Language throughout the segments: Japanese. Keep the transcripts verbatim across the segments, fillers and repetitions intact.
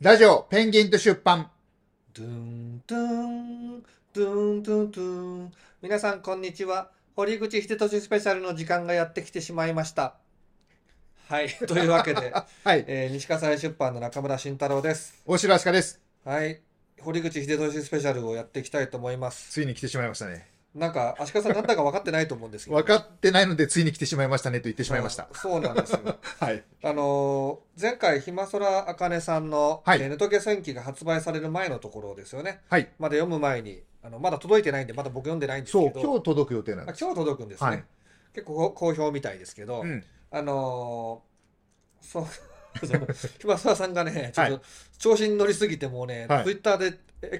ラジオペンギンと出版。 ドゥンドゥンドゥンドゥンドゥン。皆さんこんにちは。堀口秀俊スペシャルの時間がやってきてしまいました。はいというわけで、 はい。 えー西葛西出版の中村慎太郎です。 大城明日香です。 はい、堀口秀俊スペシャルをやっていきたいと思います。 ついに来てしまいましたね。 なんか足利さんなんだか分かってないと思うんですけど、 分かってないのでついに来てしまいましたねと言ってしまいました。 うんそうなんですよ。 はい。 あのー前回ひまそらあかねさんの、 はいえーネトゲ戦記が発売される前のところですよね。 はい。 まだ読む前にあのまだ届いてないんでまだ僕読んでないんですそう、 けど、 今日届く予定なんあです。 今日届くんですね。 はい。 結構好評みたいですけど、 うん。 あのーそうそのひまそらさんがねちょっとはい。 調子に乗りすぎてもうね、 はい。 ツイッターで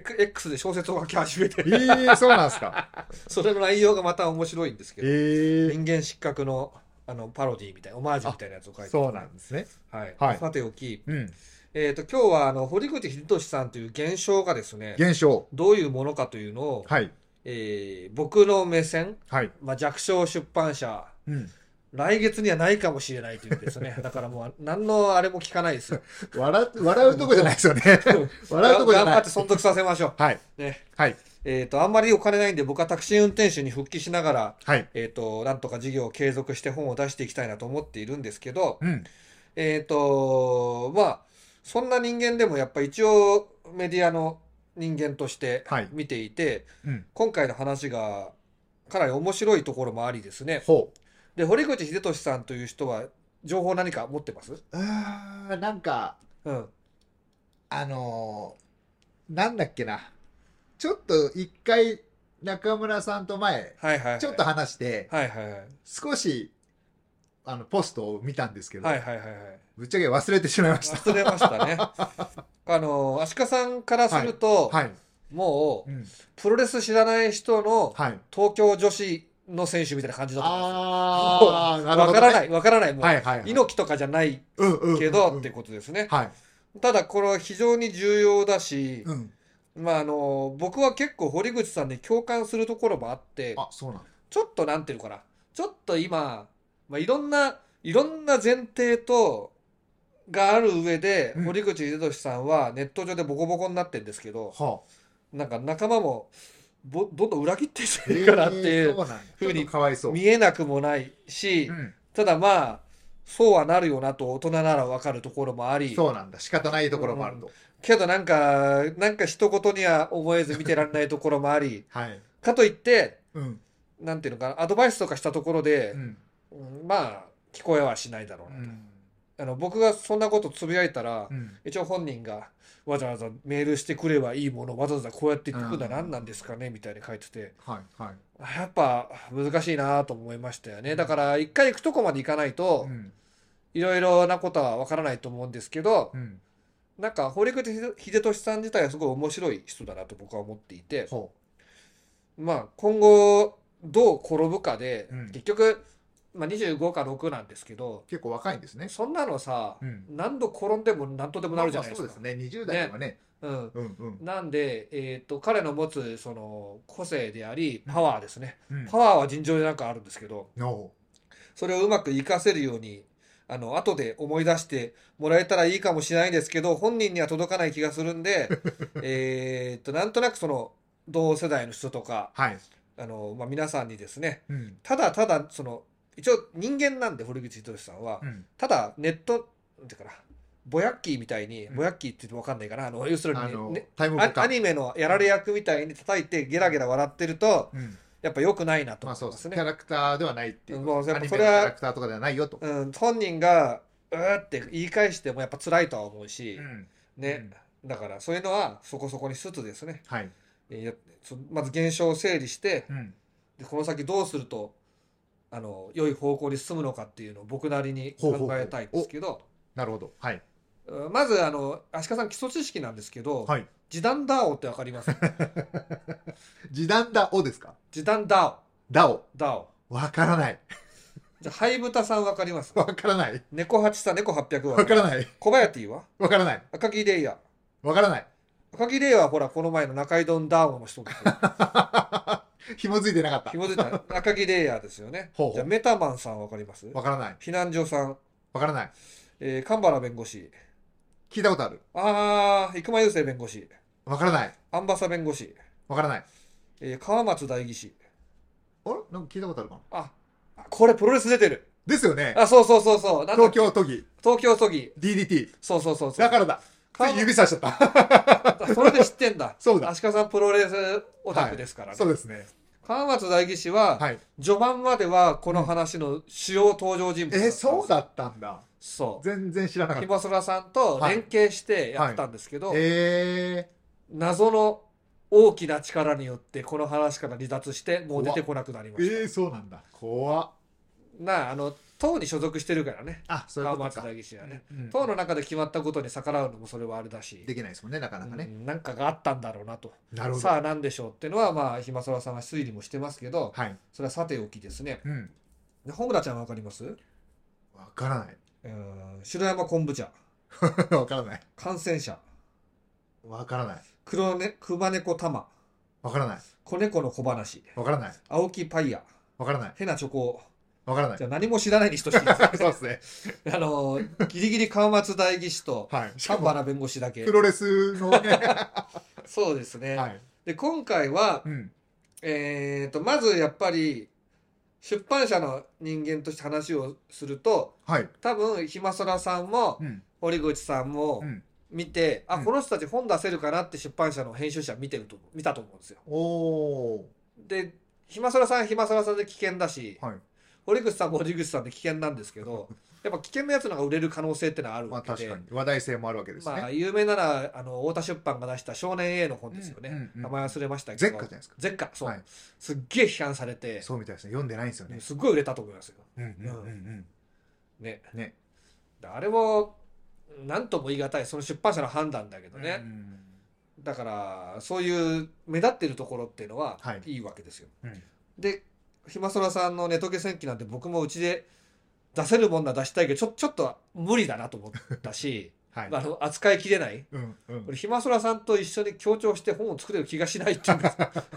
X で小説を書き始めて、 えー、そうなんですか。 それの内容がまた面白いんですけえど、 ー、 人間失格のあのパロディみたいなオマージュみあ、 たいなやつを書いてて、 そうなんですね。 はい、まあ、 はい。 さておき、 うん。 えー、と今日はあの堀口秀俊さんという現象がですね、 現象。 どういうものかというのを、 はい。 えー僕の目線、 はい。 まあ、弱小出版社、 うん。 来月にはないかもしれないというですね、だからもう何のあれも聞かないですよ。 笑う、笑うとこじゃないですよね。笑うとこじゃない。 頑張って存続させましょはい。 う。ね。 はい。 えっ、と、あんまりお金ないんで、僕はタクシー運転手に復帰しながら、 はい。 えっ、と、なんとか事業を継続して本を出していきたいなと思っているんですけど、 うん。 えっ、と、まあ、そんな人間でもやっぱ一応メディアの人間としてはい。 見ていて、 うん。 今回の話がかなり面白いところもありですね。 ほう。 で、堀口秀俊さんという人は情報何か持ってます？ あー、なんか、 うん。 あのーなんだっけな。ちょっと一回中村さんと前、 はいはいはい。 ちょっと話して、 はいはいはい。 少しあのポストを見たんですけど、 はいはいはいはい。 ぶっちゃけ忘れてしまいました。 忘れましたね。あの、足利さんからすると、 はい。 もう、 うん。 プロレス知らない人のはい。 東京女子の選手みたいな感じだと思うんですよ。 あー、なるほど、ね。 わからない、わからない。もう、 はいはいはい。 猪木とかじゃないうんうんうんうんけどってことですね。 はい。 ただ、これは非常に重要だし、 うん。 まあ、あの、僕は結構堀口さんに共感するところもあって、 あ、そうなんだ。 ちょっとなんていうのかな。ちょっと今、まあ、いろんな、いろんな前提と、がある上で、 うん堀口秀俊さんはネット上でボコボコになってるんですけど、 はあ。 なんか仲間もぼどんどん裏切っていえるからっていうー、そうなんだ。 ふうにちょっとかわいそう。 見えなくもないし、 うん。 ただまあ、そうはなるよなと大人ならわかるところもあり、 そうなんだ。仕方ないところもあるうんと。 けどなんか、なんか一言には思えず見てられないところもあり、 はい。 かといって、 うん。 なんていうのかな、アドバイスとかしたところでう、ん。 うんまあ、聞こえはしないだろうなと。 うん。 あの僕がそんなことつぶやいたら、 うん。 一応本人がわざわざメールしてくればいいものをわざわざこうやって聞くのはうん何なんですかねみたいに書いてて、 はいはい。 やっぱ難しいなと思いましたよね。だから一回行くとこまで行かないとうん。 いろいろなことはわからないと思うんですけど、 うん。 なんか堀口秀俊さん自体はすごい面白い人だなと僕は思っていて、 ほまあ今後どう転ぶかで、 うん結局、まあ、にじゅうごかろくなんですけど、 う。結構若いんですね。 そんなのさ、 うん。 何度転んでも何とでもなるじゃないですか。 まあまあそうですね。にじゅう代とかね。 うん、 うんうん。 なんで、えー、と彼の持つその個性でありパワーですね、 うん。 パワーは尋常でなんかあるんですけど、 の。 それをうまく活かせるようにあの後で思い出してもらえたらいいかもしれないんですけど、本人には届かない気がするんでえーとなんとなくその同世代の人とかはい。 あの、まあ、皆さんにですね、 うん。 ただただその一応人間なんで堀口秀俊さんは、 うん。 ただネットなんていうかな、ボヤッキーみたいに、 うんボヤッキーって言っても分かんないかな、あの要するにね、 あのね、 タイムボカアアニメのやられ役みたいに叩いてゲラゲラ笑ってるとうん。 やっぱ良くないなとまあそうです。 思いますね。 キャラクターではないっていうこと。 もうやっアニメのキぱそれはャラクターとかではないよと。 うん、本人がうーって言い返してもやっぱ辛いとは思うし、 ん。 ね、だからそういうのはそこそこにしつつですね、 はい。 えーやそまず現象を整理してうん。 でこの先どうするとあの良い方向に進むのかっていうのを僕なりに考ほうほうほうえたいんですけど、 なるほど。はい。 うんまずあの足利さん基礎知識なんですけど、 はい。 時短ダオってわかります？ 時短だおですか？ 時短ダオだお。 ダオわからない。 じゃあハイブタさんわかります？ わからない。 猫八さん猫はっぴゃくはわからない。 小林はわからない。 赤木レイヤーわからない。 赤木レイヤーはほらこの前の中井ドンダウンの人ですよ。 紐づいてなかった。 紐づいた赤木レイヤーですよね。 ほうほうじゃあメタマンさんわかります？ わからない。 避難所さん、 わからない。 えー、神原弁護士、 聞いたことある。 ああ、生間雄生弁護士、 わからない。 アンバサ弁護士、 わからない。 えー川松代議士。 あれなんか聞いたことあるかな。 あ、これプロレス出てる。 ですよね。 あ、そうそうそうそう。なんだっ東け京都議。 東京都議。 ディーディーティー。 そうそうそうそう。 だからだ。つ川い指さしちゃった。 それで知ってんだ。 そうだ。 足利さんプロレスオタクですからね。 はい、そうですね。 川松代議士は、 はい、 序盤まではこの話の主要登場人物だったんです。 え、そうだったんだ。 そう。 全然知らなかった。 ひもそらさんと連携してやってたんですけど、 はいはい、えー、謎の大きな力によってこの話から離脱してもう出てこなくなりました。 えー、そうなんだ。怖っ。 なあ、あの党に所属してるからね。 あ、そういうことか。 川松代議士はね、 うんうん、 党の中で決まったことに逆らうのもそれはあれだし、 できないですもんね、なかなかね。 うん、なんかがあったんだろうなと。 なるほど。 さあ何でしょうっていうのは、まあひまそらさんは推理もしてますけど、 はい、 それはさておきですね。 うん、 で穂村ちゃんわかります？ わからない。 うん、白山昆布茶。 わからない。 感染者。 わからない。 黒ね、熊猫玉。 わからない。 子猫の小話。 わからない。 青木パイヤ。 わからない。 ヘナチョコ。 わからない。 じゃあ何も知らないに等しいです、 ね。そうですね。 あのギリギリ川松代議士と丹原弁護士だけ。 プロレスのね。 そうですね。 はい、 で今回は、うん、えーとまずやっぱり出版社の人間として話をすると、はい、多分ひまそらさんも、うん、堀口さんも見て、うん、あこの人たち本出せるかなって出版社の編集者見てると見たと思うんですよ。おでひまそらさんはひまそらさんで危険だし、はい、堀口さんも堀口さんで危険なんですけどやっぱ危険なやつの方が売れる可能性ってのはあるわけで、まあ、確かに話題性もあるわけですね。 まあ、有名ならあの太田出版が出した少年 A の本ですよね、うんうんうん、名前忘れましたけどゼッカじゃないですか。 ゼッカそう、はい、すっげえ批判されてそうみたいですね。読んでないんですよね。 すっごい売れたと思いますよ、うんうんうんうん、ねねあれも何とも言い難いその出版社の判断だけどね、うんうん、だからそういう目立ってるところっていうのはいいわけですよ、はい、うん、でひまそらさんのネトゲ戦記なんて僕もうちで出せるもんなら出したいけどちょちょっと無理だなと思ったし、はい、あの扱いきれない、うんうん、これひまそらさんと一緒に協調して本を作れる気がしないっていうんです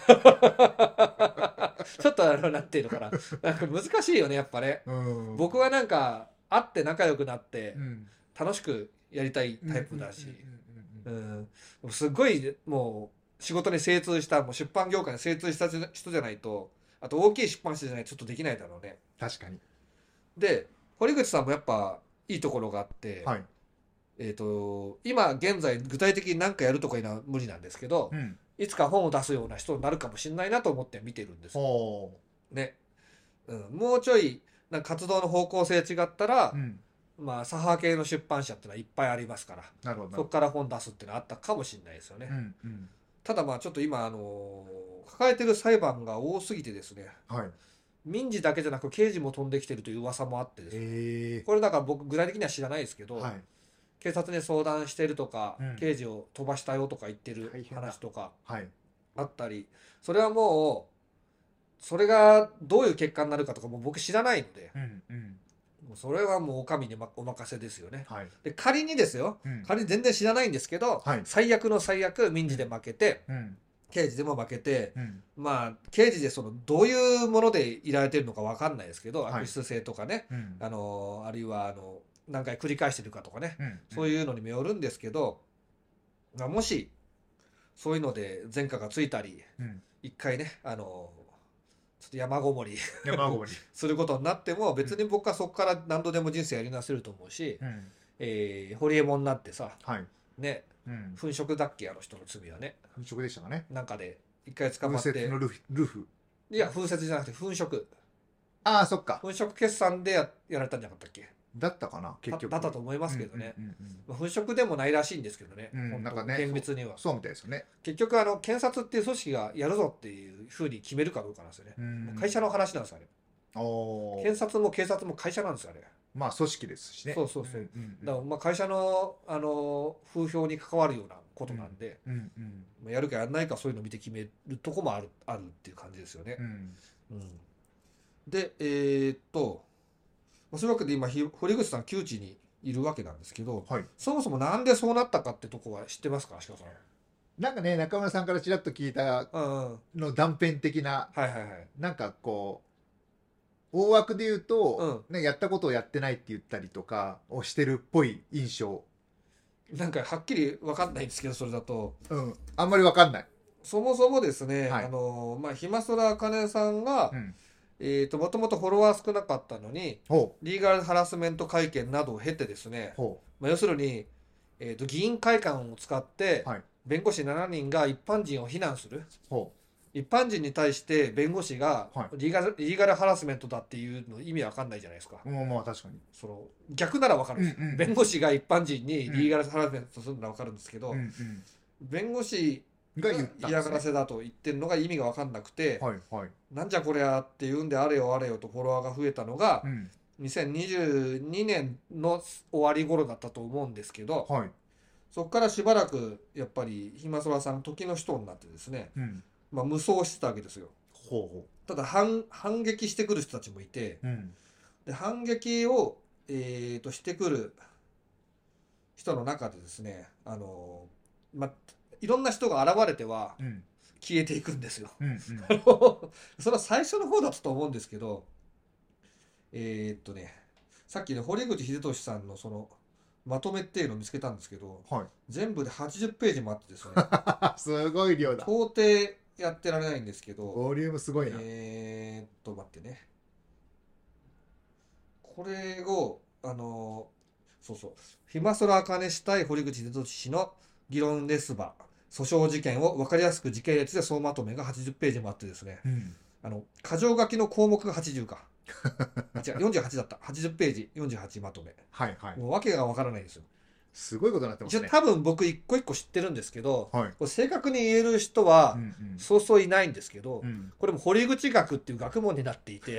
ちょっとあのなんていうのかななんか難しいよねやっぱね、うん、僕はなんか会って仲良くなって楽しくやりたいタイプだしすっごいもう仕事に精通したもう出版業界に精通した人じゃないとあと大きい出版社じゃないとちょっとできないだろうね。 確かに。 で堀口さんもやっぱいいところがあって、はい、えーと今現在具体的に何かやるとかいうのは無理なんですけど、うん、いつか本を出すような人になるかもしれないなと思って見てるんですよ、ねうん、もうちょいなんか活動の方向性違ったら、うん、まあ左派系の出版社っていうのはいっぱいありますからなるほどそこから本出すっていうのはあったかもしれないですよね、うんうん、ただまあちょっと今、あのー、抱えてる裁判が多すぎてですね、はい民事だけじゃなく刑事も飛んできてるという噂もあってですね、えー、これだから僕具体的には知らないですけど、はい、警察に相談してるとか、うん、刑事を飛ばしたよとか言ってる話とかあったり、はい、それはもうそれがどういう結果になるかとかも僕知らないので、うんうん、もうそれはもうお上にお任せですよね、はい、で仮にですよ、うん、仮に全然知らないんですけど、はい、最悪の最悪民事で負けて、うんうん刑事でも負けて、うん、まあ刑事でそのどういうものでいられてるのか分かんないですけど、はい、悪質性とかね、うん、あのあるいはあの何回繰り返してるかとかね、うんうん、そういうのにもよるんですけど、まあ、もしそういうので前科がついたり、うん、一回ねあのちょっと山ごもり山ごもりすることになっても別に僕はそこから何度でも人生やり直せると思うし、うんえー、ホリエモンになってさ、はい、ねうん、粉飾だっけあの人の罪はね粉飾でしたかねなんかで一回捕まって風雪のルフルフいや風雪じゃなくて粉飾ああそっか粉飾決算で や, やられたんじゃなかったっけだったかな結局だったと思いますけどね、うんうんうんまあ、粉飾でもないらしいんですけどね、うん、 なんかね厳密にはそうみたいですよね結局あの検察っていう組織がやるぞっていうふうに決めるかどうかなんですよね、うん、会社の話なんですよあれお検察も警察も会社なんですよあれまあ組織ですしねそうそうそう、うんうん、だからまあ会社の、あの風評に関わるようなことなんで、うんうんうん、やるかやらないかそういうのを見て決めるとこもある、あるっていう感じですよね、うんうん、でえー、っとそういうわけで今堀口さん窮地にいるわけなんですけど、はい、そもそもなんでそうなったかってとこは知ってますか足利さんなんかね中村さんからちらっと聞いたの断片的な、はいはいはい、なんかこう大枠で言うと、うんね、やったことをやってないって言ったりとかをしてるっぽい印象なんかはっきり分かんないんですけど、それだとうんあんまりわかんない。 そもそもですね、 はいあのまあひまそらあかねさんが、 うんえーと、もともとフォロワー少なかったのに、 ほリーガルハラスメント会見などを経てですね、 うほまあ、要するに、えーと、議員会館を使ってうはい弁護士しちにんが一般人を非難する。 ほ一般人に対して弁護士がはいリーガル、リーガルハラスメントだっていうの意味わかんないじゃないですか。 うもうまあ確かに。 その逆ならわかるんですよ、 うんうん弁護士が一般人にリーガルハラスメントするのはわかるんですけど、 うん弁護士うんがが言ったんですね。 嫌がらせだと言ってるのが意味が分かんなくて、 はいはい。 なんじゃこりゃっていうんであれよあれよとフォロワーが増えたのが、 うんにせんにじゅうにねんの終わり頃だったと思うんですけど、 はい。 そこからしばらくやっぱりひまそらさん時の人になってですね、 うんまあ、無双してたわけですよ。 ほうほただ反反撃してくる人たちもいて、 う。うんで反撃を、えーとしてくる人の中でですね、あのまあ、いろんな人が現れてはうん消えていくんですよ。 うんうんそれは最初の方だったと思うんですけど、えーっとね、さっきね、堀口秀俊さんのそのまとめっていうのを見つけたんですけど、 はい。 全部ではちじゅっページもあってですね、 すごい量だ。 到底やってられないんですけど、 ボリュームすごいな。 えーっと、待ってね。これを、あの、そうそう、ひまそらあかね氏対堀口秀俊氏の議論レスバ、訴訟事件を分かりやすく時系列で総まとめがはちじゅっページもあってですね、 うんあの、箇条書きの項目がはちじゅうか。あ、違う、よんじゅうはちだった。はちじゅっページ、よんじゅうはちまとめ。 はいはい。 もう訳がわからないんですよ。 すごいことになってますね。 一応多分僕一個一個知ってるんですけど、 はい。 これ正確に言える人はうんうんそうそういないんですけど、 うんこれも堀口学っていう学問になっていて、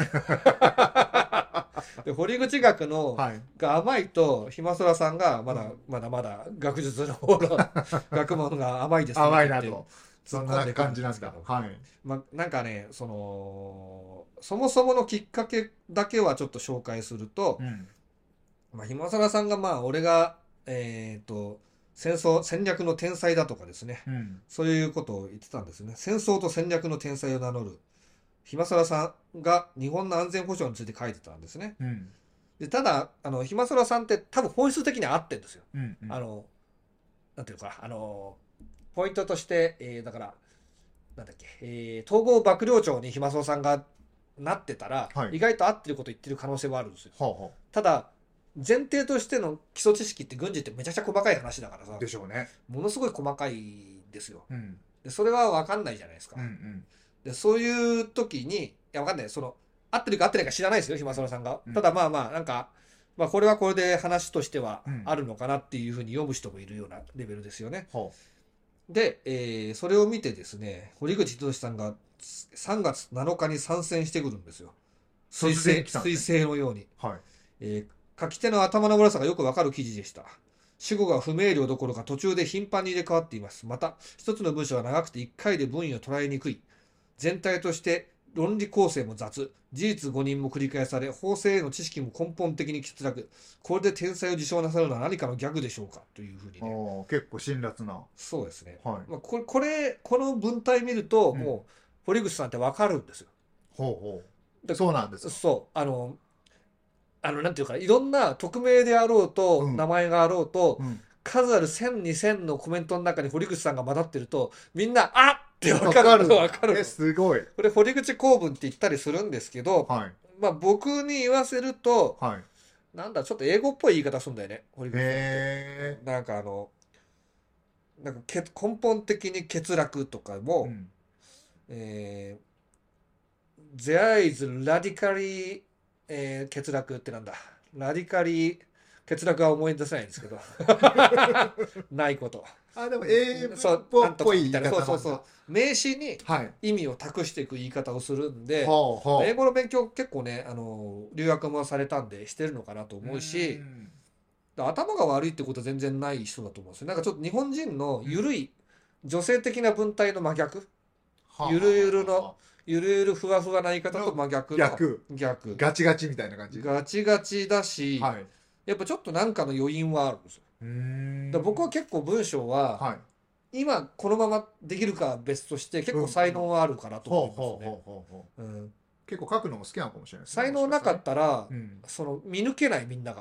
で堀口学のはい。 が甘いと、ひまそらさんがまだ、まだまだ学術の方の学問が甘いですねって甘いなと。そんな突っ込んでくる感じなんですけどだ。はい。 まあ、なんかね、その、そもそものきっかけだけはちょっと紹介するとう、ん。 まあ、ひまさらさんが、まあ、俺が、えっと、戦争、戦略の天才だとかですね、 うん。 そういうことを言ってたんですね。戦争と戦略の天才を名乗る、ひまさらさんが日本の安全保障について書いてたんですね。 うん。 で、ただ、あの、ひまさらさんって多分本質的には合ってるんですよ。 うん。うんあの、なんていうか、あの、ポイントとして、えーだから、なんだっけ、えー統合幕僚長にひまそらさんがなってたら、 はい意外と合ってること言ってる可能性はあるんですよ。 ほうほただ、前提としての基礎知識って軍事ってめちゃくちゃ細かい話だからさう。、でしょうね。 ものすごい細かいんですよ。 うん。 で、それは分かんないじゃないですか。 うんうん。 で、そういう時に、いや、分かんない。その、合ってるか合ってないか知らないですよ、ひまそらさんがうん。 ただまあまあ、なんか、まあこれはこれで話としてはうんあるのかなっていうふうに読む人もいるようなレベルですよね。 ほで、えーそれを見てですね、堀口秀俊さんがさんがつなのかに参戦してくるんですよ。彗突然星、 来たんです彗星のように。 う。はい。 えー書き手の頭の悪さがよくわかる記事でした。主語が不明瞭どころか途中で頻繁に入れ替わっています。また、一つの文章が長くていっかいで文意を捉えにくい。全体として論理構成も雑。事実誤認も繰り返され、法制への知識も根本的に欠落。これで天才を自称なさるのは何かのギャグでしょうかというふうにね。 おー結構辛辣な。 そうですね。 はい。 まあ、これ、これ、この文体見ると、 うんもう、堀口さんってわかるんですよ。 ほうほう。 でそうなんですか。 そう。あの、あの、なんていうか、いろんな匿名であろうと、 うん名前があろうと、 うん。 数あるせん、にせんのコメントの中に堀口さんが混ざってると、みんな、あっってわかる。わかる。 え、すごい。 これ、堀口公文って言ったりするんですけど、 はい。 まあ、僕に言わせると、 はい。 なんだ、ちょっと英語っぽい言い方するんだよね、堀口さんって。 へなんかあの、なんかけ根本的に欠落とかー。 も、 うん。 えー、There is radically、えー欠落ってなんだ。ラディカリ欠落は思い出せないんですけど。ないこと。 あ、でも英そう、 文なんとかっぽい言いみたいな。 方なんだ。 そうそうそう。名詞にはい。 意味を託していく言い方をするんで、 ほうほう。 英語の勉強結構ね、あの、留学もされたんでしてるのかなと思うし、 ん頭が悪いってことは全然ない人だと思うんですよ。なんかちょっと日本人の緩い、女性的な文体の真逆。 はあゆるゆるのゆるゆるふわふわな言い方と真逆の逆。 逆ガチガチみたいな感じ。 ガチガチだし、 はい。 やっぱちょっとなんかの余韻はあるんですよ。 うーんだから僕は結構文章は、 はい。 今このままできるかは別として結構才能はあるかなとほう思いますね。 ほうほうほうほう。 うん、 結構書くのも好きなのかもしれないですね。 才能なかったら、 うん。 その見抜けないみんなが。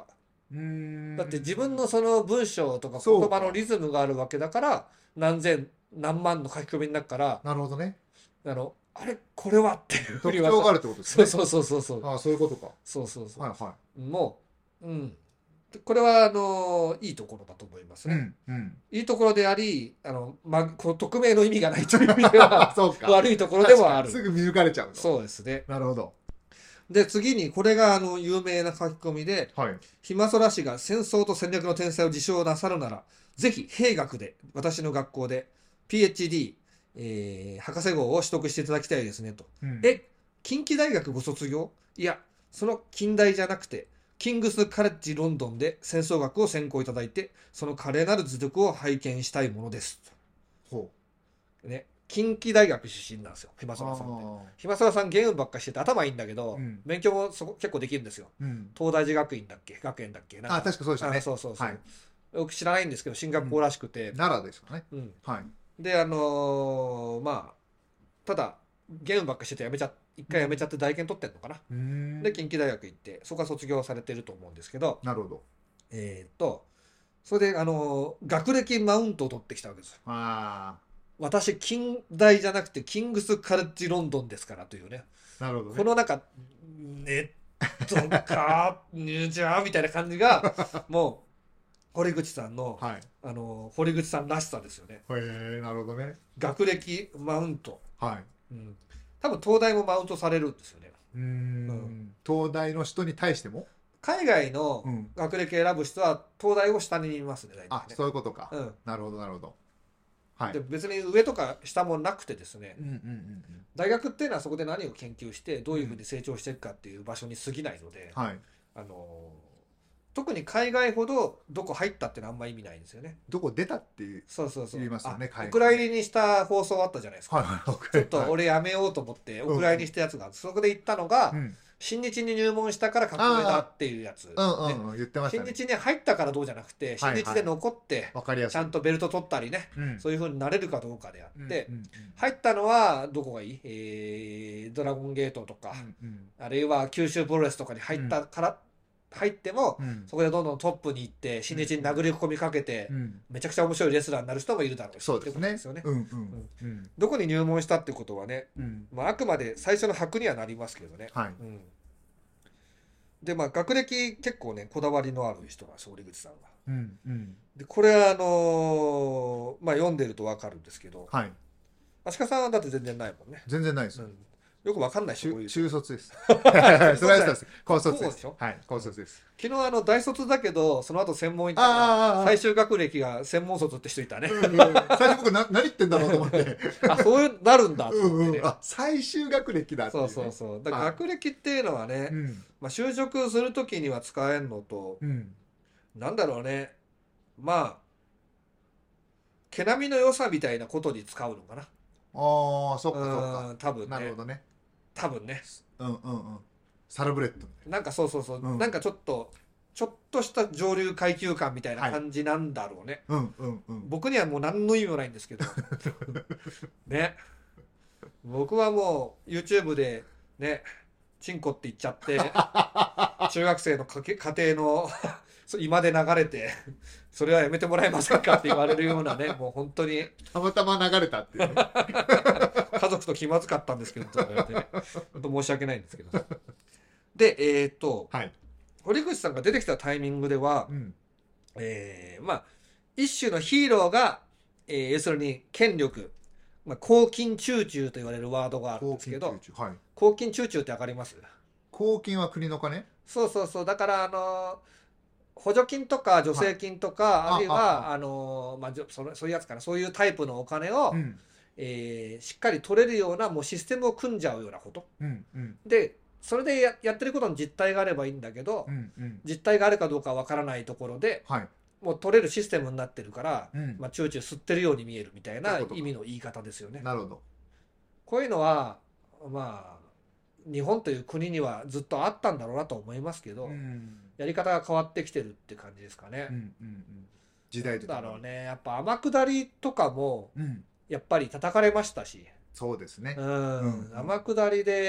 うーんだって自分のその文章とかそうか言葉のリズムがあるわけだから何千何万の書き込みになるからなるほどね。 あのあれこれはっていうふう特にわか徴があるってことですね。 そうそうそうそうそうああ、そういうことか。 そうそうそうはいはもううんこれはあのいいところだと思いますい。うね、 んうん。 いいところでありあの、ま、この匿名の意味がないという意味ではそうか。 悪いところでもあるすぐ見抜かれちゃうの。 そうですねなるほど。 で次にこれがあの有名な書き込みではい。 暇空氏が戦争と戦略の天才を自称なさるならぜひ兵学で私の学校で ピーエイチディー、えー博士号を取得していただきたいですねと、 うんえ近畿大学ご卒業いやその近大じゃなくてキングスカレッジロンドンで戦争学を専攻いただいてその華麗なる実力を拝見したいものですほと、ね、近畿大学出身なんですよ暇う。 空さんってあ暇空さんゲームばっかしてて頭いいんだけど、 うん勉強もそこ結構できるんですよーうん。 東大寺学院だっけ学園だっけなんかあ、確かそうでしたあね。 そうそうそう、 はい。 よく知らないんですけど進学校らしくて、 奈良ですかね。 うんはい。 であのーまあただゲームばっかしててやめちゃ一回やめちゃって大研取ってんのかな、 うーん。 で近畿大学行ってそこから卒業されてると思うんですけどなるほど。 えー、とそれであのー学歴マウントを取ってきたわけですよあ私近大じゃなくてキングスカレッジロンドンですからというねあ、なるほどね。 このなんかネットかニュージャーみたいな感じがもう堀口さんの、 はい。 あの堀口さんらしさですよねへえ、なるほどね。 学歴マウント、 はい。 うん、多分東大もマウントされるんですよねうーん。東大の人に対しても海外のうん。 学歴選ぶ人は東大を下に見ますね大あ、 体ねそういうことか。 うんなるほど、なるほど。はい。 で別に上とか下もなくてですねうんうんうん大学っていうのはそこで何を研究してどういうふうに成長していくかっていう場所に過ぎないので、 うん。はい。 あの特に海外ほどどこ入ったってのはあんま意味ないんですよねどこ出たっていう。 そうそうそう言いますよね海外あお蔵入りにした放送あったじゃないですか、 はいはい。 ちょっと俺やめようと思ってお蔵入りにしたやつが、そこで言ったのが、 うん。 新日に入門したから格上だっていうやつ、 うんねうんうん。言ってましたね。 新日に入ったからどうじゃなくて新日で残ってわかりやすい。 ちゃんとベルト取ったりね、 うん。 そういう風になれるかどうかであって、 うんうん入ったのはどこがいい、えードラゴンゲートとか、 うんうんあるいは九州プロレスとかに入ったから、入ってもうんそこでどんどんトップに行って新日に殴り込みかけて、 うん。 めちゃくちゃ面白いレスラーになる人もいるだろうしそうですねってことですよね。 うんうんうんどこに入門したってことはね、 うん。 まあ、あくまで最初の箔にはなりますけどね。 はい。 うんでまあ学歴結構ねこだわりのある人なんです堀口さんは。 うんうん。 でこれはあのーまあ読んでると分かるんですけどはい。 足利さんはだって全然ないもんね、 全然ないですよ。 うん、よく分かんない人こうい中う中卒です。それはそうです。高卒でそうですしょ。 はい、高卒です。 昨日あの大卒だけどその後専門行ったらああ、 最終学歴が専門卒って人いたねうんうん最初僕な何言ってんだろうと思って。 あそういうなるんだとうん思ってね、 うん。あ、最終学歴だっていね。 そううそうそうだから学歴っていうのはね、 うんまあ、就職するときには使えんのと、 うん。 なんだろうねまあ毛並みの良さみたいなことに使うのかなああ、そっかそっうか。 ん多分ねなるほどね。 多分ねうんうんうん。サラブレッド。 なんかそうそうそう、 うんなんかちょっとちょっとした上流階級感みたいな感じなんだろうね、 うんうんうん。 僕にはもう何の意味もないんですけどね僕はもう YouTube でねチンコって言っちゃって中学生のかけ家庭のそう今で流れてそれはやめてもらえませんかって言われるようなねもう本当にたまたま流れたっていうね。 家族と気まずかったんですけどとか言ってね本当申し訳ないんですけどでえっ、とはい。 堀口さんが出てきたタイミングでは、 うん。 えーまあ一種のヒーローが、えー要するに権力、まあ、公金中中と言われるワードがあるん公ですけど金中中。はい。 公金中中ってわかります？ 公金は国の金。 そうそうそうだからあのー補助金とか助成金とか、 はいあるいあはあのーまあ、じょそれそういうやつかなそういうタイプのお金を、 うんえーしっかり取れるようなもうシステムを組んじゃうようなことうんうんでそれで や, やってることの実態があればいいんだけど、 うんうん。 実態があるかどうかわからないところではい。 もう取れるシステムになってるから、 うん。 まあ、チューチュー吸ってるように見えるみたいななるほど意味の言い方ですよね。 なるほど。 こういうのはまあ日本という国にはずっとあったんだろうなと思いますけど、 うんやり方が変わってきてるって感じですかね。 うんうんうん。時代とともにだろうねやっぱ天下りとかもうん。 やっぱり叩かれましたし、 そうですねう。んうん天下りで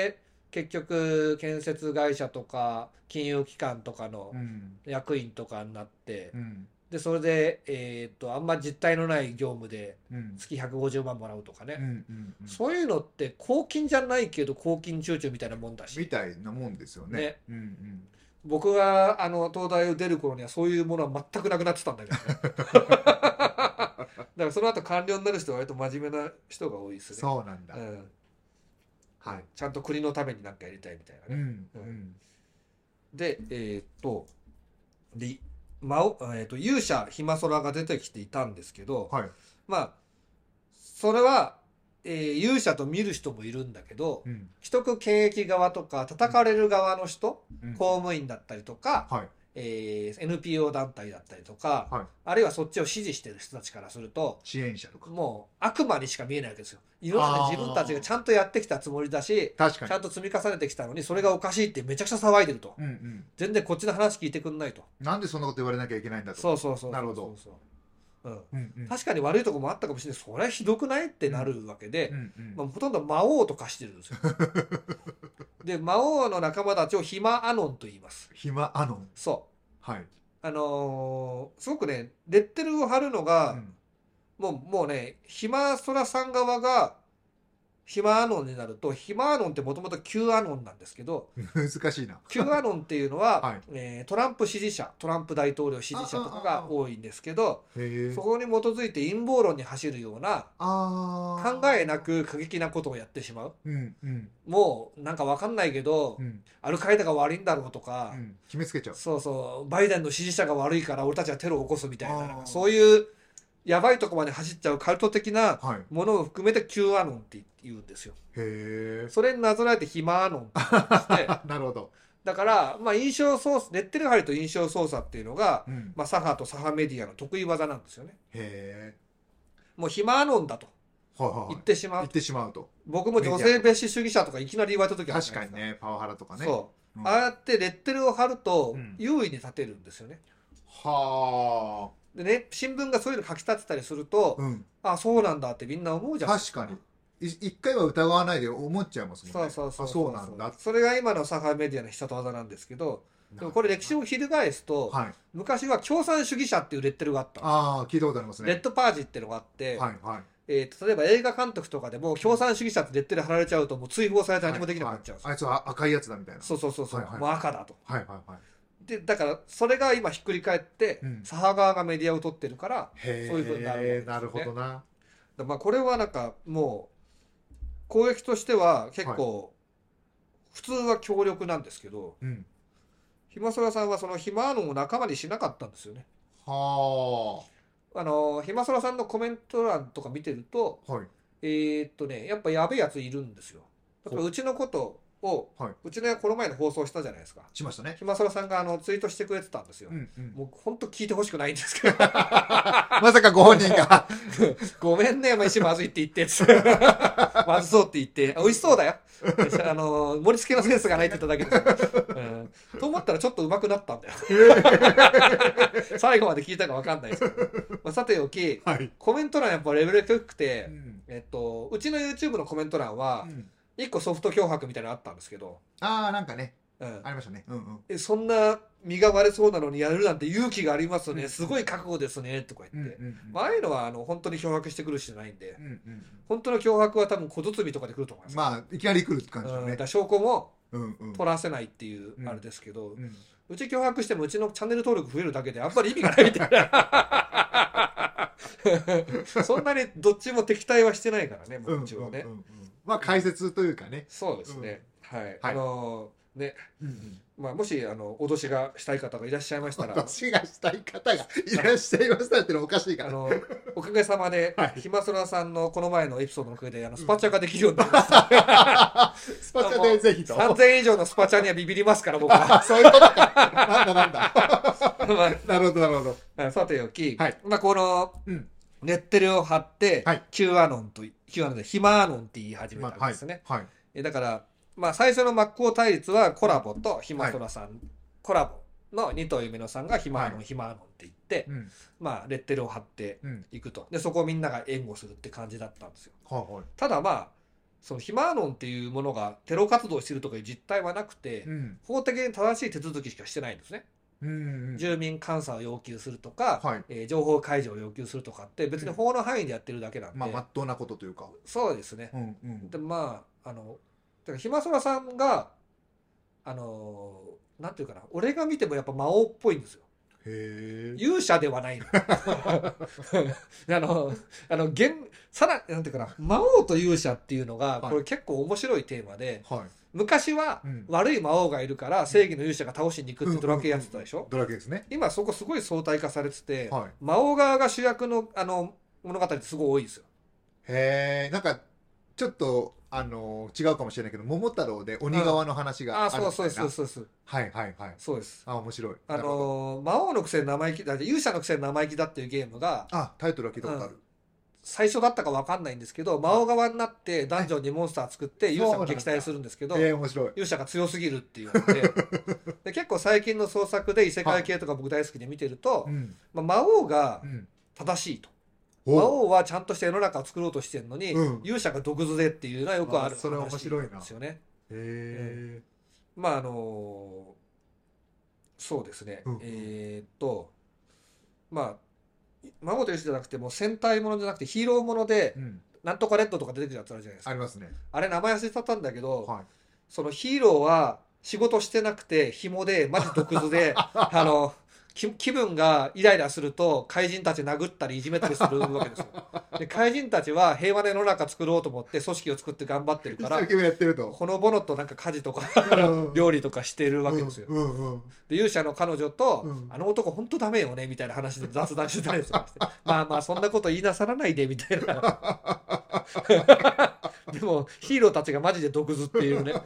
結局建設会社とか金融機関とかのうん役員とかになってうんでそれで、えー、とあんま実態のない業務でうん月ひゃくごじゅうまんもらうとかね、 うんうんうんそういうのって公金じゃないけど公金中中みたいなもんだし、 みたいなもんですよね。 ねうんうん僕があの東大を出る頃にはそういうものは全くなくなってたんだけどねだからその後官僚になる人は割と真面目な人が多いですね。 そうなんだ。 うんはい。 ちゃんと国のために何かやりたいみたいなね、 うんうんでえーっとで、まおえーっと勇者ひまそらが出てきていたんですけど、 はい。 まあそれは、えー勇者と見る人もいるんだけど、 うん既得権益側とか叩かれる側の人、 うん公務員だったりとか、 はいえー エヌピーオー 団体だったりとか、 はい。 あるいはそっちを支持してる人たちからすると支援者とか。 もう悪魔にしか見えないわけですよ。今まであー自分たちがちゃんとやってきたつもりだし確かに。 ちゃんと積み重ねてきたのにそれがおかしいってめちゃくちゃ騒いでると、 うんうん。 全然こっちの話聞いてくんないと。 なんでそんなこと言われなきゃいけないんだと。 そうそうそうそうなるほどそうそう、うん、 うんうん。 確かに悪いとこもあったかもしれない。それはひどくないってなるわけで、 うんうんまあ、ほとんど魔王と化してるんですよで魔王の仲間たちをヒマアノンと言います。 暇アノン。 そうはい。 あのーすごくねレッテルを貼るのが、 うんもうもうねヒマソラさん側がヒマアノンになるとヒマアノンってもともと Q アノンなんですけど難しいな。 Q アノンっていうのは、 はいえートランプ支持者トランプ大統領支持者とかが多いんですけどへえ。 そこに基づいて陰謀論に走るようなあー考えなく過激なことをやってしまう。 うんうんもうなんかわかんないけど、 うんアルカイダが悪いんだろうとか、 うん決めつけちゃう。 そうそうバイデンの支持者が悪いから俺たちはテロを起こすみたいな、 あーなんかそういうやばいとこまで走っちゃうカルト的なはい。 ものを含めて Q アノンって言うんですよ。 へえ。 それになぞらえてヒマアノンって言うんですねなるほど。 だから、まあ、印象操作レッテル貼りと印象操作っていうのが、 うん。 まあ、左派と左派メディアの得意技なんですよね。 へもうヒマアノンだとえ。はいはいはい。 言ってしまう、 言ってしまうと。 僕も女性蔑視主義者とかいきなり言われた時あるじ確ゃないですか。 かにね、パワハラとかね。 そう、 うんああやってレッテルを貼るとうん優位に立てるんですよね。 はでね新聞がそういうの書き立てたりすると、 あ。うん。 あそうなんだってみんな思うじゃん。 確かに。い一回は疑わないで思っちゃいますもんね。 そうそうそうあ、そうなんだ。 それが今の左派メディアの必殺技なんですけど、でもこれ歴史を翻すと、 はい。 昔は共産主義者っていうレッテルがあったんですよ。 ああ、聞いたことありますね。 レッドパージっていうのがあって、 はいはい。 えーと例えば映画監督とかでも共産主義者ってレッテル貼られちゃうともう追放されて何もできなくなっちゃうんですよ。 はいはいあいつは赤いやつだみたいな。 そうそうそうそう、 はいはいもう赤だと。 はいはいはい。 でだからそれが今ひっくり返って、 うん左派側がメディアを取ってるからへえ。 そういう風になるわけですよねなるほどな。 だまあこれはなんかもう攻撃としては結構、普通は強力なんですけど、 うん。 ひまそらさんはそのヒマーノンを仲間にしなかったんですよね。 はあのひまそらさんのコメント欄とか見てるとあ。はい。 えーっとねやっぱやべえやついるんですよ。例えばうちのことを、 はいうちのこの前の放送したじゃないですか。 しましたね。 ひまそらさんがあのツイートしてくれてたんですよ。 うんうん。 もう本当聞いてほしくないんですけどまさかご本人が。 ごめんね飯まずいって言ってつってまずそうって言って美味しそうだよあの盛り付けのセンスがないって言っただけですよ、うん、と思ったらちょっと上手くなったんだよ最後まで聞いたか分かんないですけど、まあ、さておきはい。 コメント欄やっぱレベルが低くて、 うんえっと、うちの YouTube のコメント欄はうんいっこソフト脅迫みたいなのあったんですけど、 ああ、なんかね、 うんありましたね。うんうん。 えそんな身が割れそうなのにやるなんて勇気がありますね、 うんすごい覚悟ですねとか言って、 うんうんうん。 まあああいうのはあの本当に脅迫してくる人じゃないんで、 うんうん。 本当の脅迫は多分小包とかで来ると思います。 まあ、いきなり来るって感じだねうんだか。ら証拠もうんうん。 取らせないっていううんあれですけど、 うんうち脅迫してもうちのチャンネル登録増えるだけであんまり意味がないみたいなそんなにどっちも敵対はしてないからね、もうんううちはね、 うんうんうんまあ、解説というかね。 そうですね、はい、 はいあのーね、 うんうんまあ、もしあの脅しがしたい方がいらっしゃいましたら私がしたい方がいらっしゃいましたってのはおかしいから。 あのおかげさまで、 はいひまそらさんのこの前のエピソードのおかげであのスパチャができるようになりました、 スパチャでぜひと。 さんぜんえん以上のスパチャにはビビりますから僕はあ、そういうことか。なんだなんだ。 まあなるほど、なるほど。 あさておき、 はいまあ、このうん。 レッテルを貼って、 はい Q アノンと Q アノンでヒマアノンって言い始めたんですね、 はい。 えだから、まあ、最初の真っ向対立はコラボとひまそらさん、コラボのに頭夢のさんがヒマアノン、 はいヒマアノンって言って、 うん。 まあ、レッテルを貼ってうん。 いくとでそこをみんなが援護するって感じだったんですよ。 はいはい。 ただまあそのヒマーノンっていうものがテロ活動してるとかいう実態はなくて、 うん法的に正しい手続きしかしてないんですね。 うんうん住民監査を要求するとか、 はいえー情報開示を要求するとかって別に法の範囲でやってるだけなんで、 まあまっとうなことというかそうですね。 うんうんでまああのだからひまそらさんがあのなんていうかな、俺が見てもやっぱ魔王っぽいんですよ。 へえ勇者ではないの。あのあの現さらなんていうかな、魔王と勇者っていうのがはいこれ結構面白いテーマで、 はい昔はうん悪い魔王がいるから正義の勇者が倒しに行くってドラクエやってたでしょ。 ドラクエですね今そこすごい相対化されてて、 はい魔王側が主役のあの物語ってすごい多いですよ。 へえんかちょっとあの違うかもしれないけど桃太郎で鬼側の話があるみたいなああ、そうそうそうそうそうはいはいはいそうです。 あ面白いあなるほどのー魔王のくせに生意気だ、勇者のくせに生意気だっていうゲームがあタイトルは聞いたことある最初だったか分かんないんですけど、魔王側になってダンジョンにモンスター作って勇者を撃退するんですけど、 えー面白い勇者が強すぎるっていうのでで結構最近の創作で異世界系とか僕大好きで見てると、 うんまあ、魔王がうん正しいと。 お魔王はちゃんとした世の中を作ろうとしてるのに、 うん勇者が毒づでっていうのはよくあるあそれ面白いな話んですよね。 へえまああのそうですね、 うんえーっとまあ魔王という人じゃなくてもう戦隊ものじゃなくてヒーローもので、 うんなんとかレッドとか出てくるやつあるじゃないですか。 ありますねあれ名前忘れちゃったんだけど、 はいそのヒーローは仕事してなくて紐でマジ毒づであの気気分がイライラすると怪人たち殴ったりいじめたりするわけですよ。で怪人たちは平和な世の中作ろうと思って組織を作って頑張ってるから一生懸命やってるとほのぼのとなんか家事とかうん料理とかしてるわけですよ。 うんうんうんで勇者の彼女と、 うんあの男本当ダメよねみたいな話で雑談してたりとかしてまあまあそんなこと言いなさらないでみたいなでもヒーローたちがマジで毒づっていうね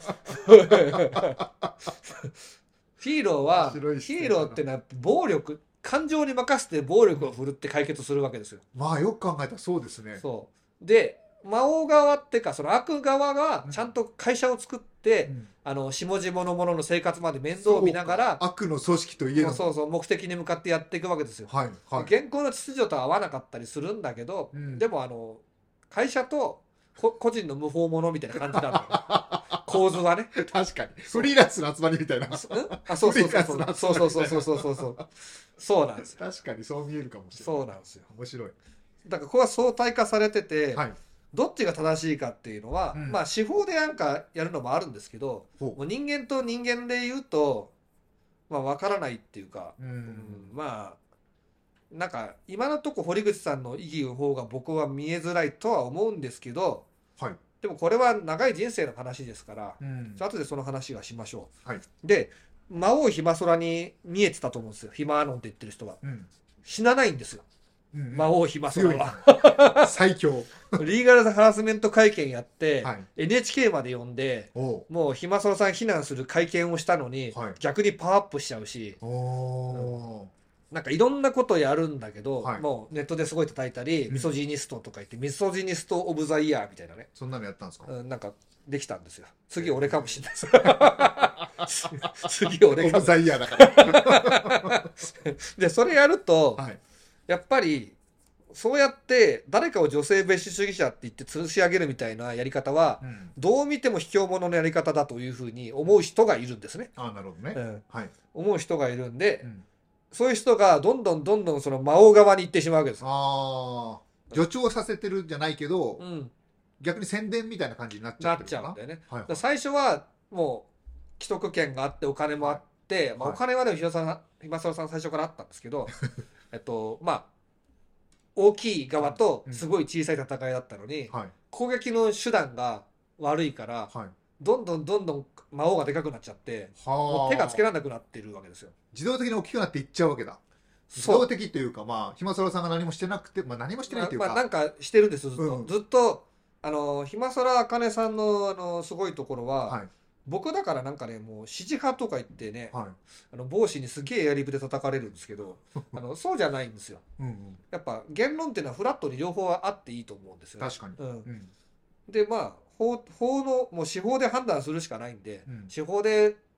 ヒーローは面白い視ヒ点だなーローってのは暴力感情に任せて暴力を振るって解決するわけですよ。 まあよく考えたらそうですねそうで魔王側っていうかその悪側がちゃんと会社を作って、 うんあの下々の者の生活まで面倒を見ながらそうか悪の組織といえどもそうそう目的に向かってやっていくわけですよ。 はいはい現行の秩序と合わなかったりするんだけど、 うんでもあの会社とこ個人の無法者みたいな感じなの構図はね。 確かにフリーランスの集まりみたいなうんあそうそうそうフリーランスのそうそうそうそうそうそうそうそうなんですよ。 確かにそう見えるかもしれないそうなんですよ。 面白いだからここは相対化されてて、 はいどっちが正しいかっていうのは、 うんまあ司法でなんかやるのもあるんですけど、 ほもう人間と人間で言うとまあ分からないっていうか、 うううんんまあなんか今のとこ堀口さんの意義の方が僕は見えづらいとは思うんですけど、 はいでもこれは長い人生の話ですから、 うん後でその話はしましょう。 はいで魔王ひまそらに見えてたと思うんですよ。ひまーのんって言ってる人はうん死なないんですよ。 うん魔王ひまそらは最強リーガルハラスメント会見やって、 はいエヌエイチケー まで呼んでおうもうひまそらさん非難する会見をしたのに、 はい逆にパワーアップしちゃうし、 おなんかいろんなことやるんだけど、 はいもうネットですごい叩いたり、 うんミソジニストとか言ってミソジニスト・オブ・ザ・イヤーみたいなね、 そんなのやったんですかうん、なんかできたんですよ。次俺かもしれないです次俺かもオブザイヤーだからでそれやると、 はいやっぱりそうやって誰かを女性蔑視主義者って言って吊るし上げるみたいなやり方は、 うんどう見ても卑怯者のやり方だというふうに思う人がいるんですね、 ああなるほどねうん、 はい思う人がいるんで、 うんそういう人がどんどんどんどんその魔王側に行ってしまうわけですよ。 ああ助長させてるんじゃないけどうん、 逆に宣伝みたいな感じになっちゃなっってるかなちゃうんだよね。 はいだから最初はもう既得権があってお金もあって、まあ、 はいお金はでもひまさんひまさらさん最初からあったんですけどえっとまあ大きい側とすごい小さい戦いだったのに、 はい攻撃の手段が悪いからはいどんどんどんどん魔王がでかくなっちゃってはあもう手がつけられなくなってるわけですよ。 自動的に大きくなっていっちゃうわけだ自動的というかまあひまそらさんが何もしてなくてまあ何もしてないというかまあ、なんかしてるんですずっと、 うんずっとあのひまそらあかねさんのあのすごいところは、 はい僕だからなんかねもう支持派とか言ってね、 はいあの帽子にすげえやりぶで叩かれるんですけどあのそうじゃないんですよ。 うんうんやっぱ言論っていうのはフラットに両方あっていいと思うんですよね。 確かにうんうんでまあ法法のもう司法で判断するしかないんで、 うん司法で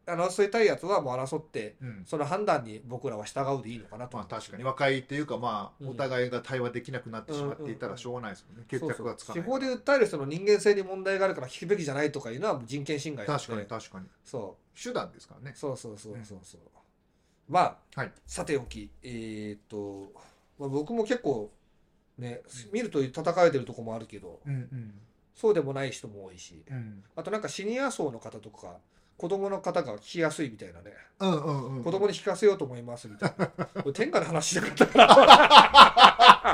争いたいやつはもう争って、 うん、 その判断に僕らは従うでいいのかなとまあ思います。 確かに和解っていうか、まあうんお互いが対話できなくなってしまっていたうんうんうんらしょうがないですもんね。決着がつかないそうそう。司法で訴える人の人間性に問題があるから聞くべきじゃないとかいうのは人権侵害なので。 確かに確かに。 そ手段ですからねう。。そうそうそうそうそう。まあ、 はい。 さておき、えーっと、まあ、僕も結構ね、見ると叩かれてるとこもあるけど、 うんうんそうでもない人も多いし、 うんあとなんかシニア層の方とか、子供の方が聞きやすいみたいなね、 うんうんうん。 子供に聞かせようと思いますみたいな。これ天下の話だったから。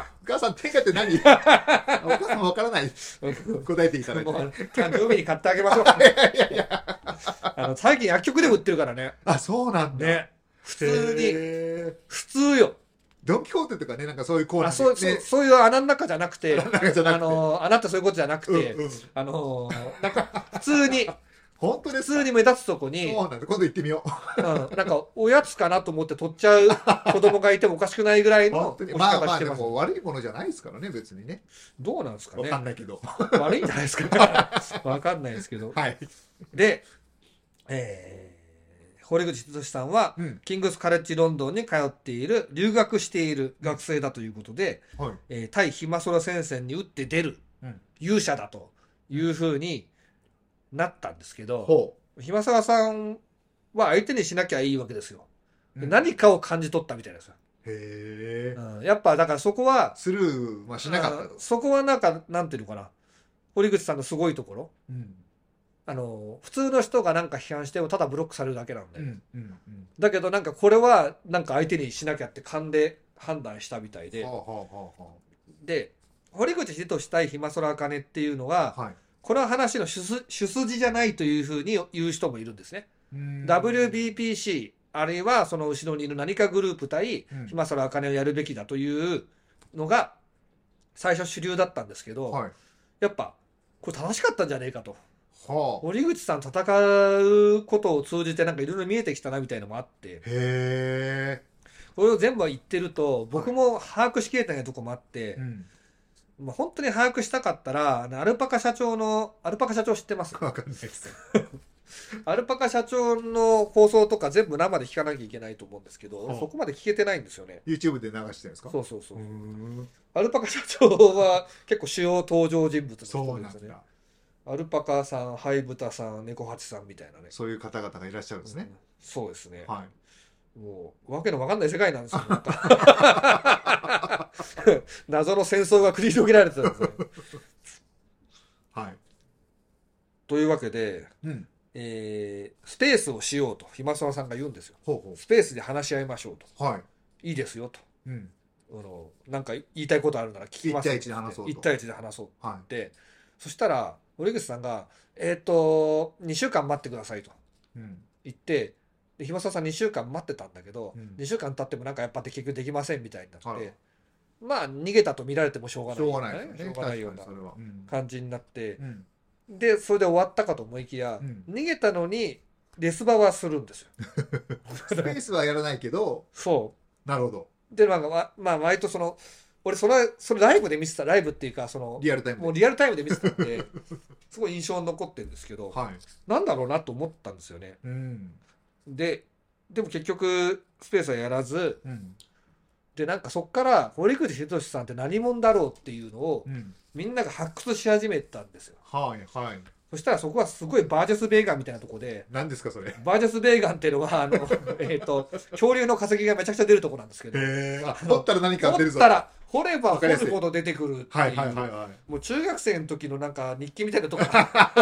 お母さん天下って何？お母さんわからない。答えていただいて。 もう誕生日に買ってあげましょう。 いやいや。 あの最近薬局でも売ってるからね。 あ、そうなんだ。 ね。普通に。 に。 普通よ。 ドン・キホーテとかね、なんかそういうコーナーあそうそうね。 そういう穴の中じゃなくて、 なんかじゃなくて。 あの穴ってそういうことじゃなくて、 うんうんあのなんか普通に、普本当ですか？ 通に目立つとこに、 そうなんだ。今度行ってみよう。 うん、なんかおやつかなと思って取っちゃう子供がいてもおかしくないぐらいの本当に。 置きまあまあで方してます。 も悪いものじゃないですからね、別にね。 どうなんですかわね。 かんないけど。 悪いんじゃないですか。わかんないですけど。 はい。 で、えー、堀口聡さんは、 うん。 キングスカレッジロンドンに通っている、留学している学生だということで、 はい。 えー対ヒマソラ戦線に打って出るうん。 勇者だというふうになったんですけど、 ほヒマソラさんは相手にしなきゃいいわけですよ。 う。 でうん何かを感じ取ったみたいですよ。 へえ。 うん、やっぱだからそこは、 スルーはしなかったと。 うんそこはなんか、なんていうのかな。堀口さんのすごいところ。 うん。 あの、普通の人がなんか批判してもただブロックされるだけなんで。 うん。うん。 だけどなんかこれはなんか相手にしなきゃって勘で判断したみたいで。 はあはあはあはで、堀口仁対ヒマソラアカネっていうのは、 あ。はい。 この話の主筋主筋じゃないというふうに言う人もいるんですね。 うんダブリュービーピーシー、あるいはその後ろにいる何かグループ対うんヒマソラアカネをやるべきだというのが最初主流だったんですけど、 はい。 やっぱこれ正しかったんじゃねえかと。 はあ。 堀口さん戦うことを通じてなんかいろいろ見えてきたなみたいのもあって、 へえ。 これを全部言ってると僕も把握しきれてないとこもあって、 うん。 まあ、本当に把握したかったらあのアルパカ社長のアルパカ社長知ってます？ わかんないです。 アルパカ社長の放送とか全部生で聞かなきゃいけないと思うんですけど、 はあそこまで聞けてないんですよね。 YouTube で流してるんですか？ そうそうそう、 うーん。 アルパカ社長は結構主要登場人物のそう人ですよね。 なんだ。 アルパカさん、ハイブタさん、猫八さんみたいなね。 そういう方々がいらっしゃるんですね。 うんそうですね。 はい。 もう、わけのわかんない世界なんですよ。なんか謎の戦争が繰り広げられてたんですね。 はい。 というわけで、 うん。 えースペースをしようと、ひまさわさんが言うんですよ。 ほうほスペースで話し合いましょうと。 う。はい。 いいですよと。 うん。 あのなんか言いたいことあるなら聞きますよ一対一で話そうと一対一で話そうっはて。そしたら、堀口さんが、えっ、と、にしゅうかん待ってくださいとい。うん。 言って、で、ひまさわさんにしゅうかん待ってたんだけど、 うんにしゅうかん経ってもなんかやっぱ結局できませんみたいになあらって、まあ逃げたと見られてもしょうがないしょうようなね、 がないですよね。 しょうがないような確かにそれは。うん。 感じになって、 うん。 で、それで終わったかと思いきや、 うん逃げたのにレスバはするんですよ。 スペースはやらないけど、 そなるほど。 う。で、なんか、ままあ、割とその、俺、それ、それライブで見てた、ライブっていうか、その、 リアルタイムで。 もうリアルタイムで見てたんで、すごい印象に残ってるんですけど、 はい。 なんだろうなと思ったんですよね。 うん。 で、でも結局、スペースはやらず、 うん。 で、なんかそっから、堀口仁さんって何者だろうっていうのを、 うん。 みんなが発掘し始めたんですよ。 はいはい。 そしたらそこはすごいバージェス・ベーガンみたいなとこで、 何ですかそれ。へバージェス・ベーガンっていうのは、あの、えっと、恐竜の化石がめちゃくちゃ出るとこなんですけど、 え。あ、掘ったら何か出るぞ。 掘ったら、掘れば掘わかりやすいるほど出てくるっていう、 はいはいはいはい。 もう中学生の時のなんか日記みたいなとこ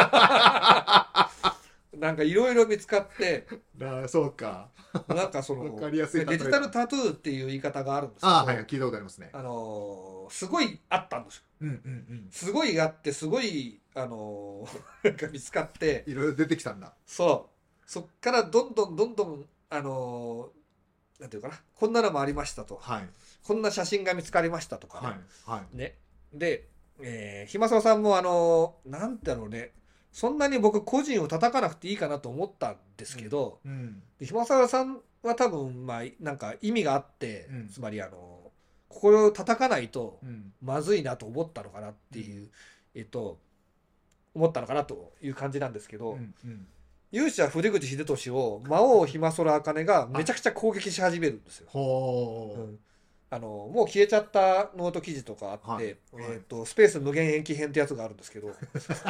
なんかいろいろ見つかって、 ああ、そうか。 なんかそのわかりやすい例えデジタルタトゥーっていう言い方があるんですけど、 ああ、はい。聞いたことありますね。 あのーすごいあったんですよ。 うんうんうん。 すごいあってすごいあのーなんか見つかって、 いろいろ出てきたんだ。 そうそっからどんどんどんどんあのーなんていうかな、こんなのもありましたと、 はい。 こんな写真が見つかりましたとかね、 はい。はい。 ね。で、えー、ひまさわさんもあのーなんだろうね、そんなに僕個人を叩かなくていいかなと思ったんですけど、 うん。 でひまさわさんは多分まあなんか意味があって、 うんつまりあのこれを叩かないとうん。 まずいなと思ったのかなっていう、えっと思ったのかなという感じなんですけど、 うんうん。 勇者堀口秀俊を魔王ひまそらあかねがめちゃくちゃ攻撃し始めるんですよ。 ほう、 うんあのもう消えちゃったノート記事とかあって、 はいえーとスペース無限延期編ってやつがあるんですけど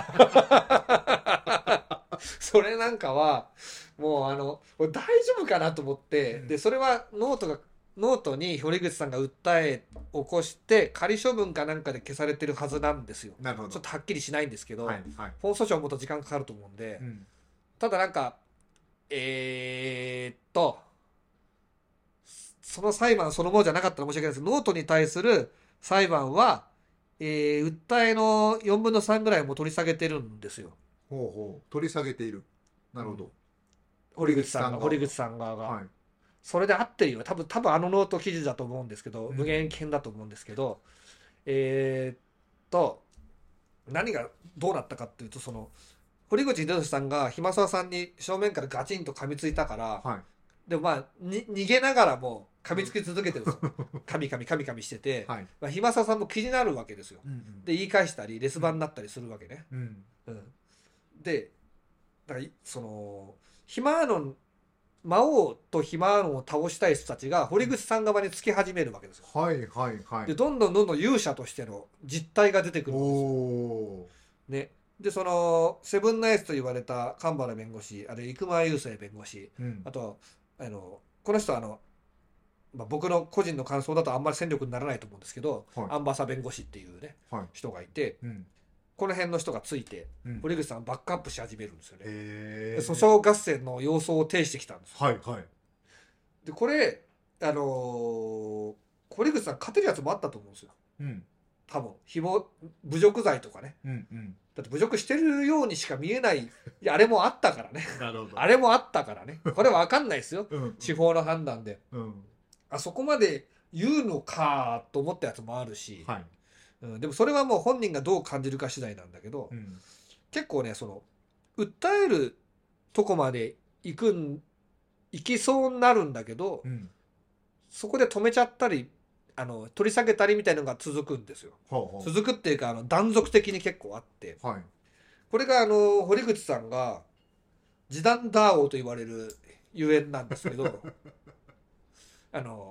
それなんかはもうあのこれ大丈夫かなと思って、 うんでそれはノートがノートに堀口さんが訴え起こして仮処分かなんかで消されてるはずなんですよ。 なるほど。 ちょっとはっきりしないんですけど、 はいはい。 本訴訟はもっと時間かかると思うんで、 うんただなんかえー、っとその裁判そのものじゃなかったら申し訳ないです。ノートに対する裁判は、えー訴えのよんぶんのさんぐらいも取り下げてるんですよ。 ほうほう、取り下げている。なるほど。 堀口さんが、 が堀口さん側が。 はい。 それで合ってるよ。多分、多分あのノート記事だと思うんですけど、 うん無限編だと思うんですけど、えーっと、何がどうなったかっていうと、その、堀口秀俊さんが暇沢さんに正面からガチンと噛みついたから、 はい。 でもまあ、に逃げながらも噛みつき続けてるんですよ。噛み噛み噛み噛みしてて、 はい。 まあ、暇沢さんも気になるわけですよ。 うんうん。 で、言い返したり、レスバンになったりするわけね。 うん。 うん、で、だからいその、ヒマーノン、魔王とヒマーノンを倒したい人たちが堀口さん側につき始めるわけですよ。 はいはいはい。 で、どんどんどんどん勇者としての実態が出てくるんですよ。 おー。 ね。で、その、セブンナイツと言われた神原弁護士、あれ、生間雄生弁護士、 うんあ。と、あの、この人はあの、まあ、僕の個人の感想だとあんまり戦力にならないと思うんですけど、 はいアンバサ弁護士っていうね、 はい。 人がいて、 うん。 この辺の人がついて、 うん。 堀口さんをバックアップし始めるんですよね。 へー。 で訴訟合戦の様相を呈してきたんですよ。 はいはい。 で、これ、あのー堀口さん勝てるやつもあったと思うんですよ。 うん。 多分、誹謗、侮辱罪とかね。 うんうん。 だって侮辱してるようにしか見えない、いやあれもあったからね。 なるほど。 あれもあったからね。これわかんないですよ。 うん。 司法の判断で。 うん。 あそこまで言うのかと思ったやつもあるし、 はい。 うん、でもそれはもう本人がどう感じるか次第なんだけど、 うん。 結構ね、その、訴えるとこまで行くん、行きそうになるんだけど、 うん。 そこで止めちゃったり、あの、取り下げたりみたいなのが続くんですよ。 ほうほ続くっていうか、あの、断続的に結構あって、 う。はい。 これがあの、堀口さんが、時短ダー王と言われるゆえんなんですけど、あの、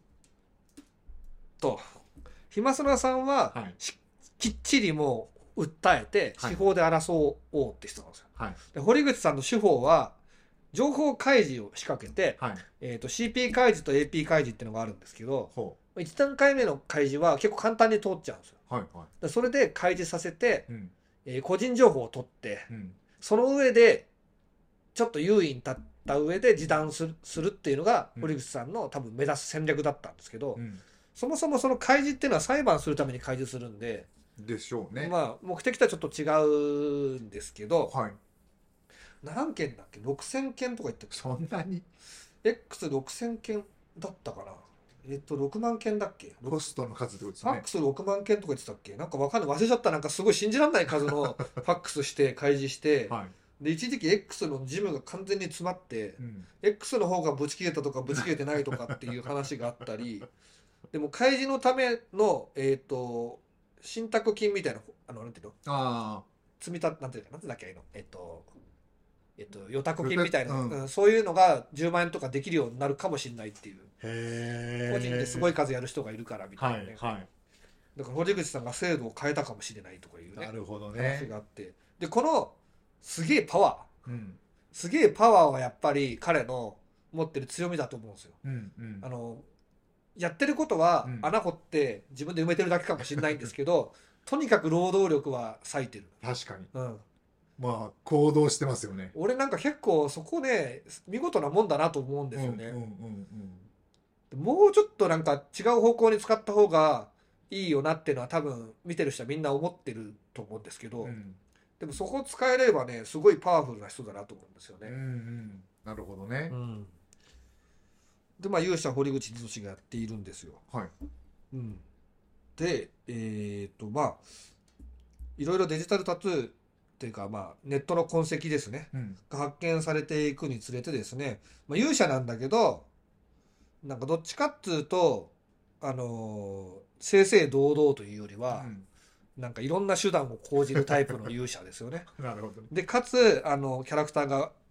と、ひまそらさんは、 はい。 しきっちりもう訴えて、 はい司法で争おうって人なんですよ。 はい。 で堀口さんの手法は、情報開示を仕掛けて、 はい。 えー、と シーピー 開示と エーピー 開示っていうのがあるんですけど、 ほいち段階目の開示は結構簡単に通っちゃうんですよ。 う。はいはでそれで開示させて、 い。うん。 えー個人情報を取って、 うん。 その上で、ちょっと優位に立った上で示談するするっていうのが、 うん堀口さんの多分目指す戦略だったんですけど、 うん。 そもそもその開示っていうのは裁判するために開示するんで、 でしょうね。 まあ目的とはちょっと違うんですけど、 はい。 何件だっけ ?ろくせん 件とか言ってそんなにエックスろくせん 件だったかな。えっと、ろくまん件だっけコストの数ってことですねファック。スろくまん件とか言ってたっけなんかわかんない。忘れちゃった。なんかすごい信じられない数のファックスして開示して、 はい。 で、一時期 X の事務が完全に詰まってう、ん。 X の方がブチ切れたとかブチ切れてないとかっていう話があったり、でも開示のための、えっと、信託金みたいな、あの、なんていうのあ積み立て、なんていうか、なんていうんだっけ、あの、えっと、えっと、預託金みたいな、 うんうんそういうのがじゅうまん円とかできるようになるかもしれないっていう。 あ。へえ。 個人ですごい数やる人がいるからみたいなね。 はいはい。 だから堀口さんが制度を変えたかもしれないとかいうねなるほど話ね。 があって、でこのすげえパワーうん。 すげえパワーはやっぱり彼の持ってる強みだと思うんですよ。 うんうんあ。のやってることはうん穴掘って自分で埋めてるだけかもしれないんですけどとにかく労働力は割いてる、 確かに。 うん、 まあ、行動してますよね。 俺なんか結構そこね見事なもんだなと思うんですよね、 うんうんうんもうちょっとなんか違う方向に使った方がいいよなっていうのは多分見てる人はみんな思ってると思うんですけど、 うん。うんでもそこを使えればねすごいパワフルな人だなと思うんですようんうね。 ん。なるほどねう。ん、でまあ勇者堀口秀俊がやっているんですよ。 はい。 うん、でえっとまあいろいろデジタルタトゥーっていうかまあネットの痕跡ですねうん。 が発見されていくにつれてですね、まあ、勇者なんだけどなんかどっちかっつうとあのー正々堂々というよりは、 うんなんかいろんな手段を講じるタイプの勇者ですよね。 なるほど。 でかつあのキャラクターが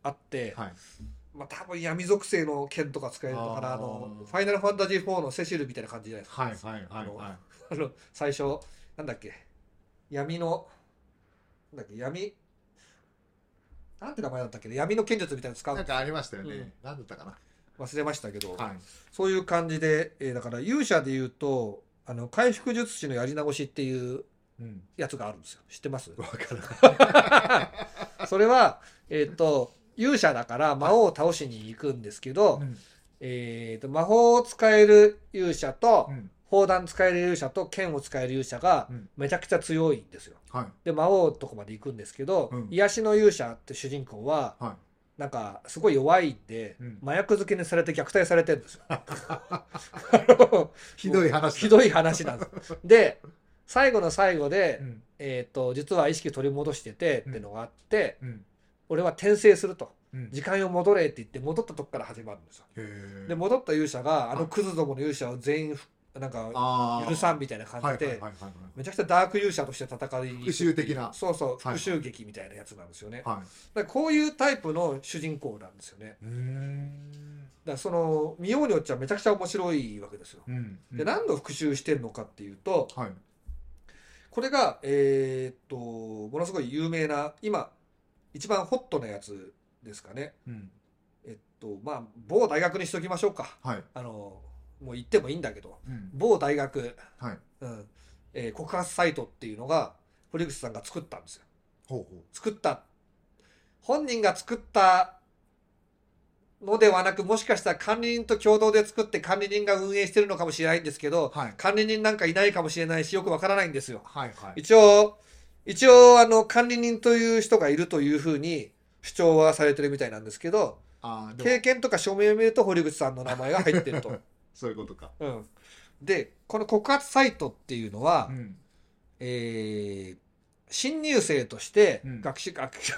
あって、 はい。 まあ多分闇属性の剣とか使えるのかな、ああーのファイナルファンタジーフォーのセシルみたいな感じじゃないですか。 はいはいはいはあの最初なんだっけ、闇のなんだっけ闇なんて名前だったっけね、闇の剣術みたいなの使い。 うなんかありましたよね。 うんなんだったかな。 忘れましたけど、 はい。 そういう感じで、えーだから勇者で言うとあの回復術師のやり直しっていううん。 やつがあるんですよ。知ってます？ わからない。 それはえっ、と勇者だから魔王を倒しに行くんですけど、 うん。 えーと魔法を使える勇者と、 うん。 砲弾使える勇者と剣を使える勇者がうんめちゃくちゃ強いんですよ。 はい。 で魔王とこまで行くんですけど、 うん癒しの勇者って主人公ははなんかすごい弱いんで、 うん麻薬漬けにされて虐待されてるんですよ。 い。ひどい話だ。 ひどい話なんです。で最後の最後で、 うん。 えー、と実は意識取り戻しててってのがあって、 うん。 俺は転生するとうん。 時間を戻れって言って戻ったとこから始まるんですよ。 へえ。 で戻った勇者があのクズどもの勇者を全員なんかあー許さんみたいな感じではいはいはいはいはい。 めちゃくちゃダーク勇者として戦いに行く復讐的なそうそうはい復讐劇みたいなやつなんですよね。 はだからこういうタイプの主人公なんですよね。 い。うーん。 だからその見ようによっちゃめちゃくちゃ面白いわけですよ。 うん。 で何の復讐してるのかっていうと、 はい。 これがえーっとものすごい有名な今一番ホットなやつですかね。 うん。 えっとまあ某大学にしときましょうか。 はい。 あのもう言ってもいいんだけど、 うん。 某大学、 はい。 うんえー告発サイトっていうのが堀口さんが作ったんですよ。 ほうほ作った本人が作ったのではなく、もしかしたら管理人と共同で作って管理人が運営してるのかもしれないんですけど、 う。はい。 管理人なんかいないかもしれないしよくわからないんですよ。 はいはい。 一応一応あの管理人という人がいるというふうに主張はされてるみたいなんですけど、 ああ、でも、 経験とか署名を見ると堀口さんの名前が入ってると。 そういうことか。 うん、でこの告発サイトっていうのは、 うん。 えー新入生としてうん学習、学習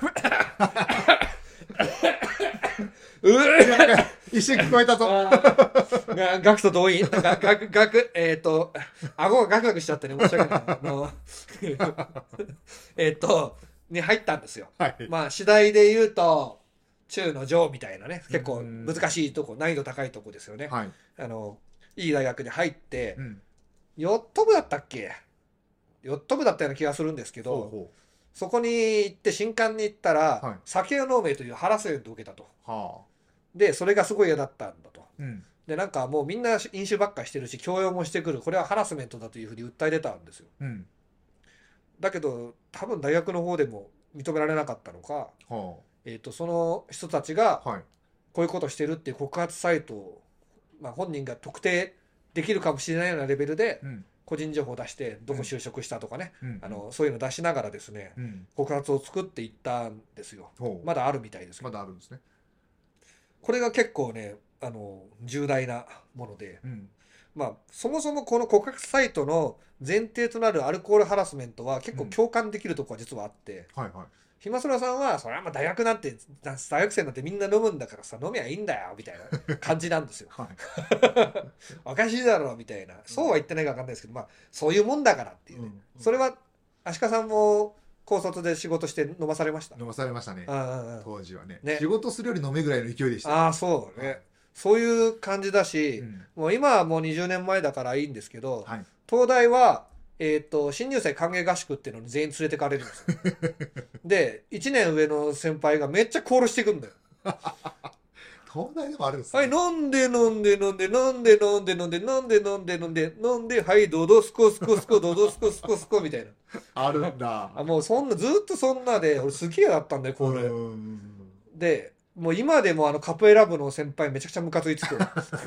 うーなんか一瞬聞こえたぞ。 が学と同意が学学えっ、と顎がガクガクしちゃってね申し訳ないあのえっとに入ったんですよ。 はい。 まあ次第で言うと中の上みたいなね結構うん難しいとこ難易度高いとこですよね。 はい。 あのいい大学に入って、 うん。 ヨット部だったっけヨット部だったような気がするんですけど、 ほうほそこに行って新刊に行ったら、 はい酒を飲めというハラスメントを受けたと。 う。はあ。 でそれがすごい嫌だったんだと。 うん。 でなんかもうみんな飲酒ばっかしてるし強要もしてくる、これはハラスメントだというふうに訴え出たんですよ。 うん。 だけど多分大学の方でも認められなかったのか、 はえー、とその人たちがあ。はい。 こういうことしてるっていう告発サイトを、まあ、本人が特定できるかもしれないようなレベルでうん。 個人情報を出してどこ就職したとかね、 うん。 あのそういうの出しながらですねうん。 告発を作っていったんですよ。 ほう。 まだあるみたいですけまど、 だあるんですね。 これが結構ねあの重大なもので、 うん。 まあそもそもこの告発サイトの前提となるアルコールハラスメントは結構共感できるところは実はあって、 はいはい。 ひまそらさんはそれはまあ大学なんて大学生なんてみんな飲むんだからさ飲みゃいいんだよみたいな感じなんですよ。 はい。 おかしいだろうみたいな、そうは言ってないか分かんないですけど、まあそういうもんだからっていうね、 うんそれは足利さんも高卒で仕事して飲まされました？ 飲まされましたね。 うんうんうん当時はね。 ね仕事するより飲めぐらいの勢いでした。 ああそうね、そういう感じだし、 うん。 もう今はもうにじゅうねんまえだからいいんですけど、 はい。 東大は、えー、と新入生歓迎合宿っていうのに全員連れてかれるんですよ。でいちねん上の先輩がめっちゃコールしてくんだよ。 東大でもあるんですはい、 ね。 飲んで飲んで飲んで飲んで飲んで飲んで飲んで飲んで飲んで飲んではいどうぞスコスコスコどうぞスコスコスコみたいな。 あるんだ。 あもうそんなずっとそんなで俺すげえだったんだよこれ。 うんでもう今でもあのカポエラ部の先輩めちゃくちゃムカついてくる。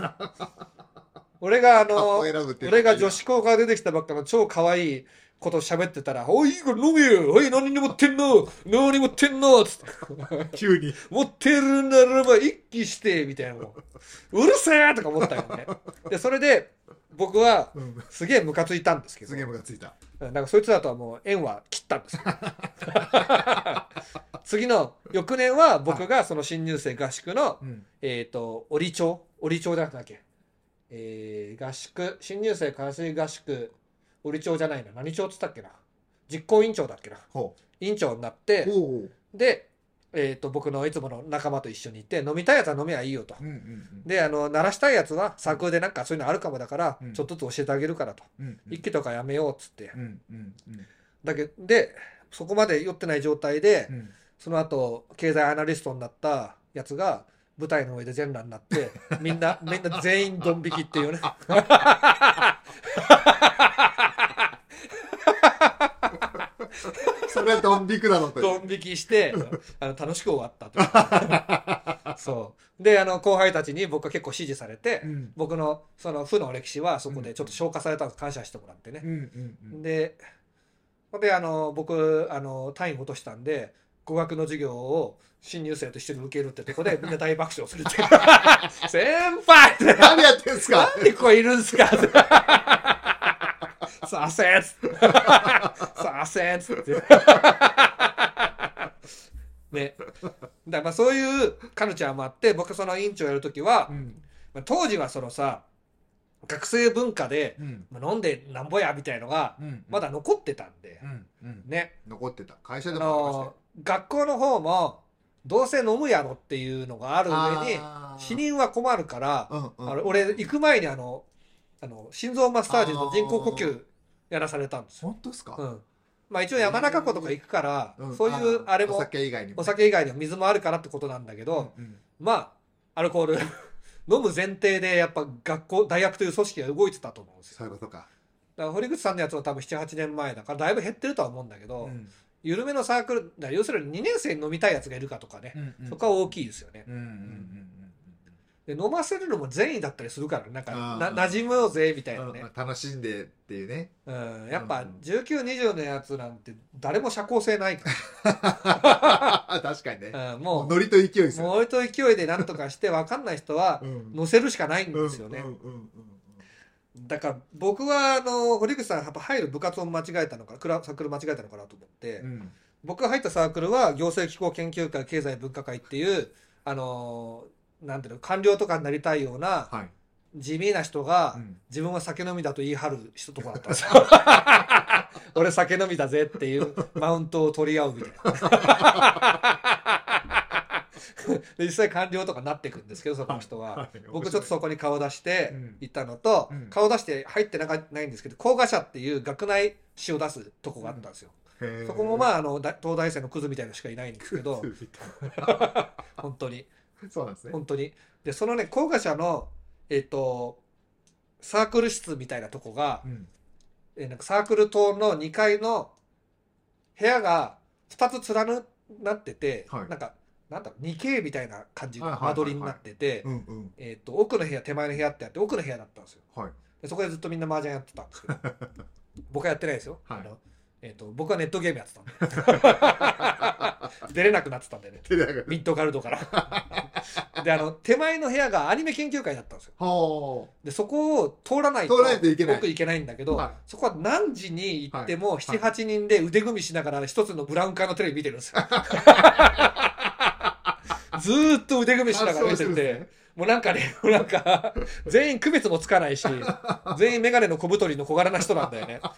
俺があカのポエラ部って俺が女子校から出てきたばっかの超可愛いこと喋ってたら「おいいいから飲めよおい何に持ってんの何に持ってんの」つって急に。 持ってるならば一気してみたいなもううるせえとか思ったよね。でそれで僕はうん。 すげえムカついたんですけど、 すげえムカついた。 なんかそいつらとはもう縁は切ったんですよ。次の翌年は僕がその新入生合宿の、 うん。 えっ、と折町折町じゃなくてだっけ、えー合宿新入生完成合宿折町じゃないな何町っつったっけな実行委員長だっけなほ委員長になっう。 てほう。 でえー、と僕のいつもの仲間と一緒にいて、飲みたいやつは飲めばいいよと。 うんうんうんで、あの鳴らしたいやつはサークルでなんかそういうのあるかもだから、 うんちょっとずつ教えてあげるからと。 うんうん一気とかやめようっつって。 うんうんうんだけで、そこまで酔ってない状態で、 うんその後経済アナリストになったやつが舞台の上で全裸になって、みんなみんな全員ドン引きっていうね。 それはドン引くだろうという。 ドン引きしてあの楽しく終わったと。そうで、あの後輩たちに僕は結構支持されて、 うん僕のその負の歴史はそこでちょっと消化されたの、感謝してもらってね。 うんうんうんでほんであの僕あの単位落としたんで、語学の授業を新入生と一緒に受けるってとこでみんな大爆笑するって先輩って何やってんすか。 なんでここいるんすかさあせんっつってさあせんっつってね。だからまあそういうカルチャーもあって、僕その委員長やるときは、 うんまあ当時はそのさ学生文化で、 うんまあ飲んでなんぼやみたいのがうんまだ残ってたんで、 うんうんね。 残ってた。会社あでもありましたのよ。 学校の方もどうせ飲むやろっていうのがある上に、 あー死人は困るから、 うんうんあの俺行く前にあのあの心臓マッサージの人工呼吸やらされたんですよ。 本当ですか。 うん、まあ一応山中湖とか行くから、 うんそういうあれもお酒以外にもお酒以外にも水もあるからってことなんだけど、 うんうんまあアルコール飲む前提でやっぱ学校大学という組織が動いてたと思うんですよ。 そういうことか。 だから堀口さんのやつは多分ななはちねんまえだからだいぶ減ってるとは思うんだけど、 うん緩めのサークルだから要するににねん生に飲みたいやつがいるかとかね、 うんうんそこは大きいですよね。 うんうんうんで飲ませるのも善意だったりするからなんかあーな馴染もうぜみたいなねうんうん、楽しんでっていうね。 うん、やっぱうんじゅうきゅう、にじゅうのやつなんて誰も社交性ないか確かにね。 ら、うん、ももうノリと勢いですよ。 うもう俺と勢いでなんとかして分かんない人はうん乗せるしかないんですよね。 うんうんうんだから僕はあの堀口さんやっぱ入る部活を間違えたのかクラサークル間違えたのかなと思って、 うんうん僕が入ったサークルは行政機構研究会経済文化会っていうあのなんていうの官僚とかになりたいようなはい。 地味な人がうん自分は酒飲みだと言い張る人とかだったんですよ。俺酒飲みだぜっていうマウントを取り合うみたいな。で実際官僚とかなっていくんですけどその人は、 はい僕ちょっとそこに顔出してうん行ったのと、 うん顔出して入ってなかないんですけど工画社っていう学内誌を出すとこがあったんですよ。 へーそこもまああのだ東大生のクズみたいなのしかいないんですけど本当にそうなんですね。 本当にでそのね工画社のえっ、とサークル室みたいなとこが、 うんえーなんかサークル棟のにかいの部屋がふたつ連なってて、 はいなんかなんだろう にケー みたいな感じのはいはいはいはい間取りになってて、 うんうんえっ、と奥の部屋手前の部屋ってあって奥の部屋だったんですよ。 はいでそこでずっとみんな麻雀やってたんですけど僕はやってないですよ。 はいあのえー、と僕はネットゲームやってたんで出れなくなってたんでね手で上がる。 ミッドガルドからであの手前の部屋がアニメ研究会だったんですよ。 はでそこを通らないと通らないといけない奥行けないんだけど、 はいそこは何時に行ってもはいななはちにんで腕組みしながら一つのブラウン管のテレビ見てるんですよずーっと腕組みしながら見てあそうですて、 ねもうなんかねもうなんか全員区別もつかないし全員メガネの小太りの小柄な人なんだよね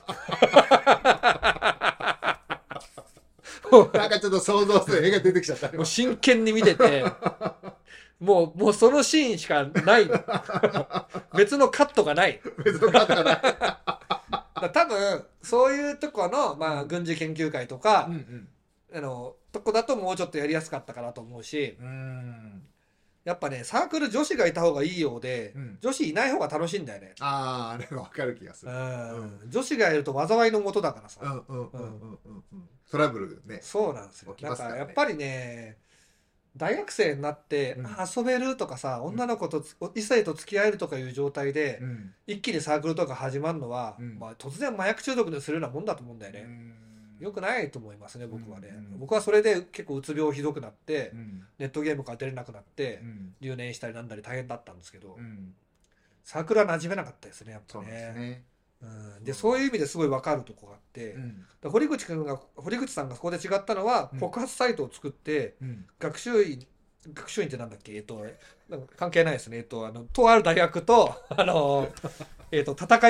もうなんかちょっと想像する絵が出てきちゃったね。 もう真剣に見ててもうもうそのシーンしかない別のカットがない別の方がない。 だから多分そういうとこの、まあ、軍事研究会とか、 うんあのとこだともうちょっとやりやすかったかなと思うしうん。うん。 やっぱねサークル女子がいた方がいいようで、 うん女子いない方が楽しいんだよね、 ああ、あれわかる気がすうる。 ん女子がいると災いのもとだからさ、 うんうんうんうんうんうん。トラブルね。 そうなんですよだか起きますからねらやっぱりね大学生になって、 うんあ遊べるとかさ女の子とつ異性と付き合えるとかいう状態で、 うん。 一気にサークルとか始まるのは、 うんまあ、突然麻薬中毒にするようなもんだと思うんだよね、 うんよくないと思いますね僕はね、 うん僕はそれで結構うつ病ひどくなって、 うんネットゲームから出れなくなって、 うん留年したりなんだり大変だったんですけど、 うん。 サークルは馴染めなかったですねやっぱそうねですね。 うん、でそういう意味ですごい分かるとこがあって、 うんで堀口君が堀口さんがそこで違ったのは、 うん告発サイトを作ってうん学習院学習院ってなんだっけえっとなんか関係ないですねえっとあのとある大学とあのえっと戦い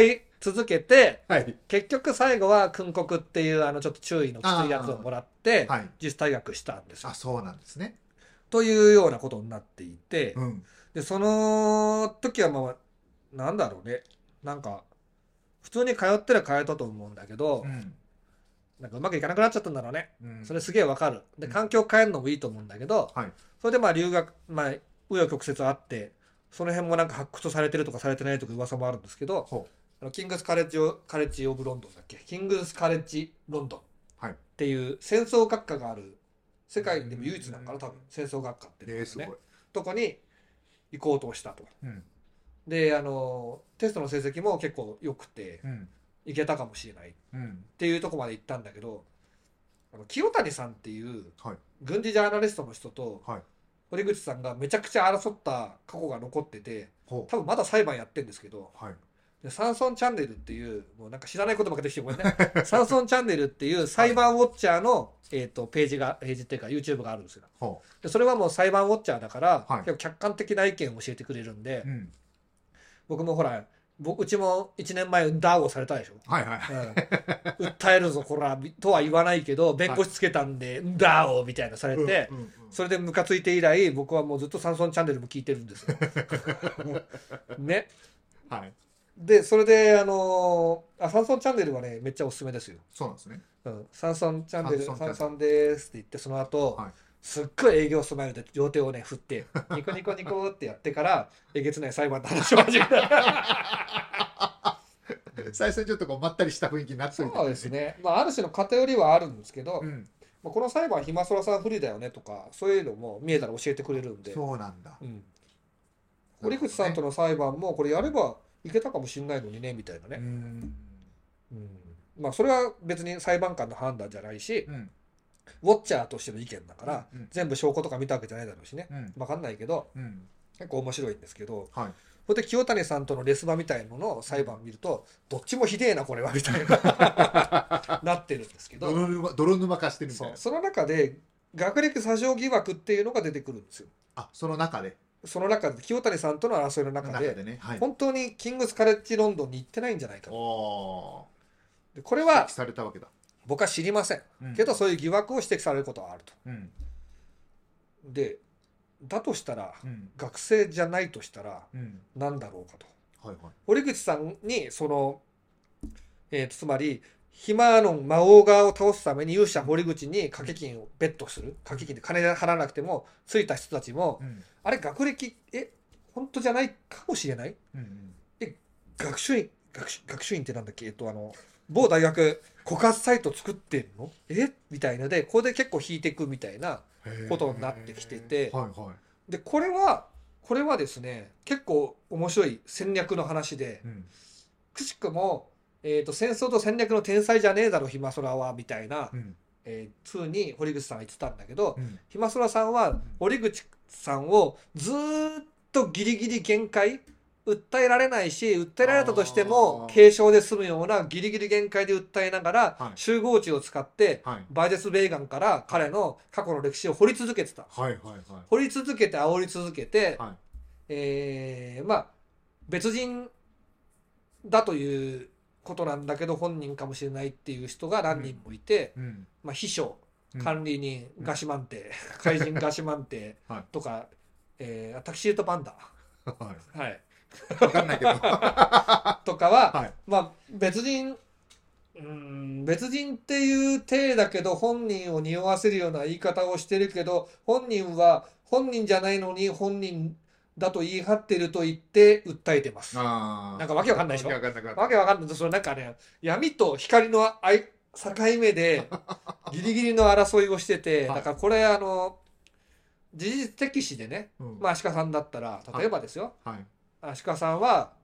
続けて、 はい。 結局最後は訓告っていうあのちょっと注意のきついやつをもらってはい。 実退学したんですよ。 あ、そうなんですね。 というようなことになっていて、 うん。 でその時はまあなんだろうね、なんか普通に通ってら通えたと思うんだけど、 うん。 なんかうまくいかなくなっちゃったんだろうね。 うんそれすげえわかる。でうん環境を変えるのもいいと思うんだけど、 はい。 それでまあ留学、まあ紆余曲折あって、その辺もなんか発掘されてるとかされてないとか噂もあるんですけど、 ほあのキングスカレッジオカレッジオブロンドンだっけ、キングスカレッジロンドンっう。はい。 ていう戦争学科がある、世界でも唯一なんかな多分戦争学科っていうのがね、 えー、すごい。 とこに行こうとしたと。 うん。 であのテストの成績も結構良くてうん。 行けたかもしれないっうん。 ていうとこまで行ったんだけど、あの清谷さんっていうはい。 軍事ジャーナリストの人とはい。 堀口さんがめちゃくちゃ争った過去が残ってて、 ほ多分まだ裁判やってるんですけど、 う。はい。 でサンソンチャンネルっていうもうなんか知らないことばっかりできてごめんねサンソンチャンネルっていう裁判ウォッチャーの、えー、とページがページっていうか YouTube があるんですよ。 ほでそれはもう裁判ウォッチャーだから、 はい結構客観的な意見を教えてくれるんで、 う。うん。 僕もほら僕うちもいちねんまえダーをされたでしょ、 はいはい。 うん、訴えるぞこらとは言わないけど弁護士つけたんで、ダーをみたいなされて、 うんうんうんそれでムカついて以来僕はもうずっとサンソンチャンネルも聞いてるんですよね。 はい。 でそれであのーあサンソンチャンネルはねめっちゃおすすめですよ、 そうなんですね。 うん、サンソンチャンネルサンソンチャンネルサンソンですって言って、その後、 はいすっごい営業スマイルで両手をね振ってニコニコニコってやってからえげつない裁判の話を始めた最初にちょっとこうまったりした雰囲気になっておいてそうです。ね、まあ、ある種の偏りはあるんですけど、 うん。 まあ、この裁判ひまそらさん不利だよねとかそういうのも見えたら教えてくれるんで、 そうなんだ。 うん、堀口さんとの裁判もこれやればいけたかもしれないのにねみたいなうね、 ん。 うん、まあそれは別に裁判官の判断じゃないし、 うん。 ウォッチャーとしての意見だから、 うんうん全部証拠とか見たわけじゃないだろうしね、 うん。 分かんないけどうん。 結構面白いんですけど、 はい。 それで清谷さんとのレスバみたいのの裁判を見るとどっちもひでえなこれはみたいななってるんですけど、 泥沼、泥沼化してるみたそいうな。 その中で学歴詐称疑惑っていうのが出てくるんですよ。 あ、その中で。 その中で清谷さんとの争いの中で中でね。はい。 本当にキングスカレッジロンドンに行ってないんじゃないかと。 おでこれー。指は摘されたわけだ。 僕は知りませんうんけど、そういう疑惑を指摘されることはあると。 うん。 でだとしたらうん。 学生じゃないとしたらうん。 何だろうかと。 はいはい。 堀口さんにその、えーとつまりヒマーノン魔王側を倒すために勇者堀口に掛け金をベットする、掛け金で金払わなくてもついた人たちも、 うん。 あれ学歴え本当じゃないかもしれない、 うん。 学習院学習学習院ってなんだっけ、えっとあの某大学告発サイト作ってんのえみたいのでこれで結構引いていくみたいなことになってきてて、 はいはい。 でこれはこれはですね結構面白い戦略の話で、 うん。 くしくも、えーと戦争と戦略の天才じゃねえだろひまそらはみたいな、 うん。 えー、風に堀口さんは言ってたんだけど、 うん。 ひまそらさんは堀口さんをずーっとギリギリ限界訴えられないし訴えられたとしてもあー軽傷で済むようなギリギリ限界で訴えながら、 はい集合値を使ってはい。 バージェス・ベーガンから彼の過去の歴史を掘り続けてた。 はいはいはい。 掘り続けて煽り続けて、 はい。 えーまあ別人だということなんだけど本人かもしれないっていう人が何人もいて、 うん。 まあ、秘書うん管理人、 うんガシマンテ怪人ガシマンテはいとか、えータキシードパンダ、 ははい、 い。わかんないけど。はとかは、 い。 まあ、別人うーん別人っていう体だけど本人を匂わせるような言い方をしてるけど本人は本人じゃないのに本人だと言い張ってると言って訴えてます。 ああ。 なんかわけわかんないでしょわけわかんなかった。 わけわかんないとそのなんかね闇と光のあい境目でギリギリの争いをしてて、 はいだからこれあの事実的史でね、 うん。 まあ足利さんだったら例えばですよ、 はい。 足利さんは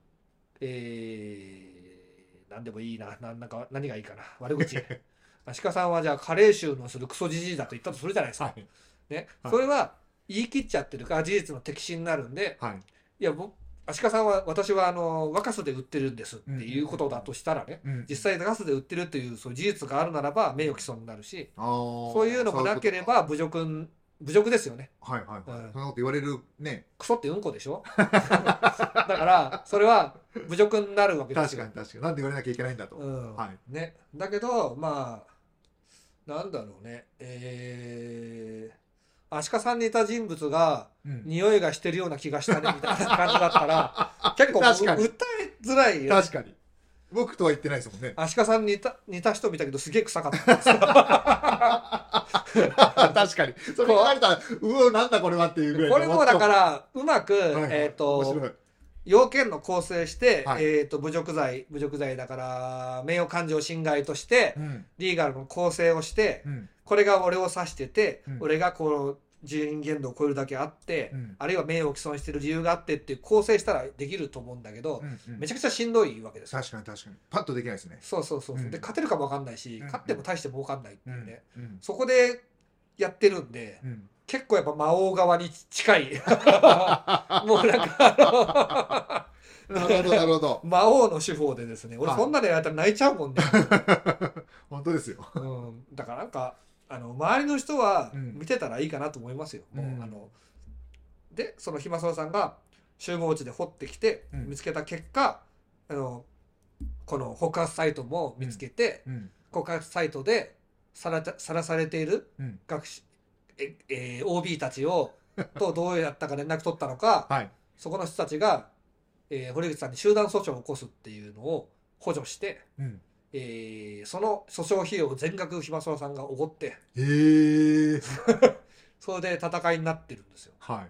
えー、何でもいいななんなんか何がいいかな悪口足利さんはじゃあ加齢臭のするクソじじいだと言ったとするじゃないですか、 はい。 ね、 はいそれは言い切っちゃってるから事実の敵視になるんで、 はい。 いや僕足利さんは私はあの若さで売ってるんですっていうことだとしたらね、 うん。 実際ガスで売ってるというそういう事実があるならば名誉毀損になるし、 あーそういうのがなければ侮辱侮辱ですよね。 はいはいはい、 うんそんなこと言われるね。 クソってうんこでしょだからそれは侮辱になるわけですよ。 確かに確かに、なんで言われなきゃいけないんだと、 うんはいね、だけどまあなんだろうね、えー、アシカさんにいた人物が、 うん、 匂いがしてるような気がしたねみたいな感じだったら結構確かに訴えづらいよね。 確かに僕とは言ってないですもんね。 アシカさんに似た似た人見たけどすげえ臭かったんですよ確かにそれ言われたらうおなんだこれはっていうぐらいこれもだからうまく、 はいはい、 えっ、と面白い要件の構成して、 はい、 えー、と侮辱罪侮辱罪だから名誉感情侵害として、 うん、 リーガルの構成をして、 うん、 これが俺を指してて、 うん、 俺がこの自由限度を超えるだけあって、 うん、 あるいは名誉を毀損してる理由があってっていう構成したらできると思うんだけど、 うんうん、 めちゃくちゃしんどいわけですよ。 確かに確かにパッとできないですね。 そうそうそう、うん、で勝てるかも分かんないし、うん、勝っても大して儲かんないっていうね、うんうん、そこでやってるんで、うん、結構やっぱ魔王側に近いもうなんかなるほどなるほど魔王の手法でですね、俺そんなのやられたら泣いちゃうもんね本当ですよ、 うん、だからなんかあの周りの人は見てたらいいかなと思いますよ、うん、もうあのでそのひまそらさんが集合地で掘ってきて見つけた結果、うん、あのこの告発サイトも見つけて、うん、告発サイトでさらさらされている学士、うん、ええー、オービー たちをとどうやったか連絡取ったのか、はい、そこの人たちが、えー、堀口さんに集団訴訟を起こすっていうのを補助して、うん、えー、その訴訟費用を全額ひまそらさんがおごって、へーそれで戦いになってるんですよ、はい、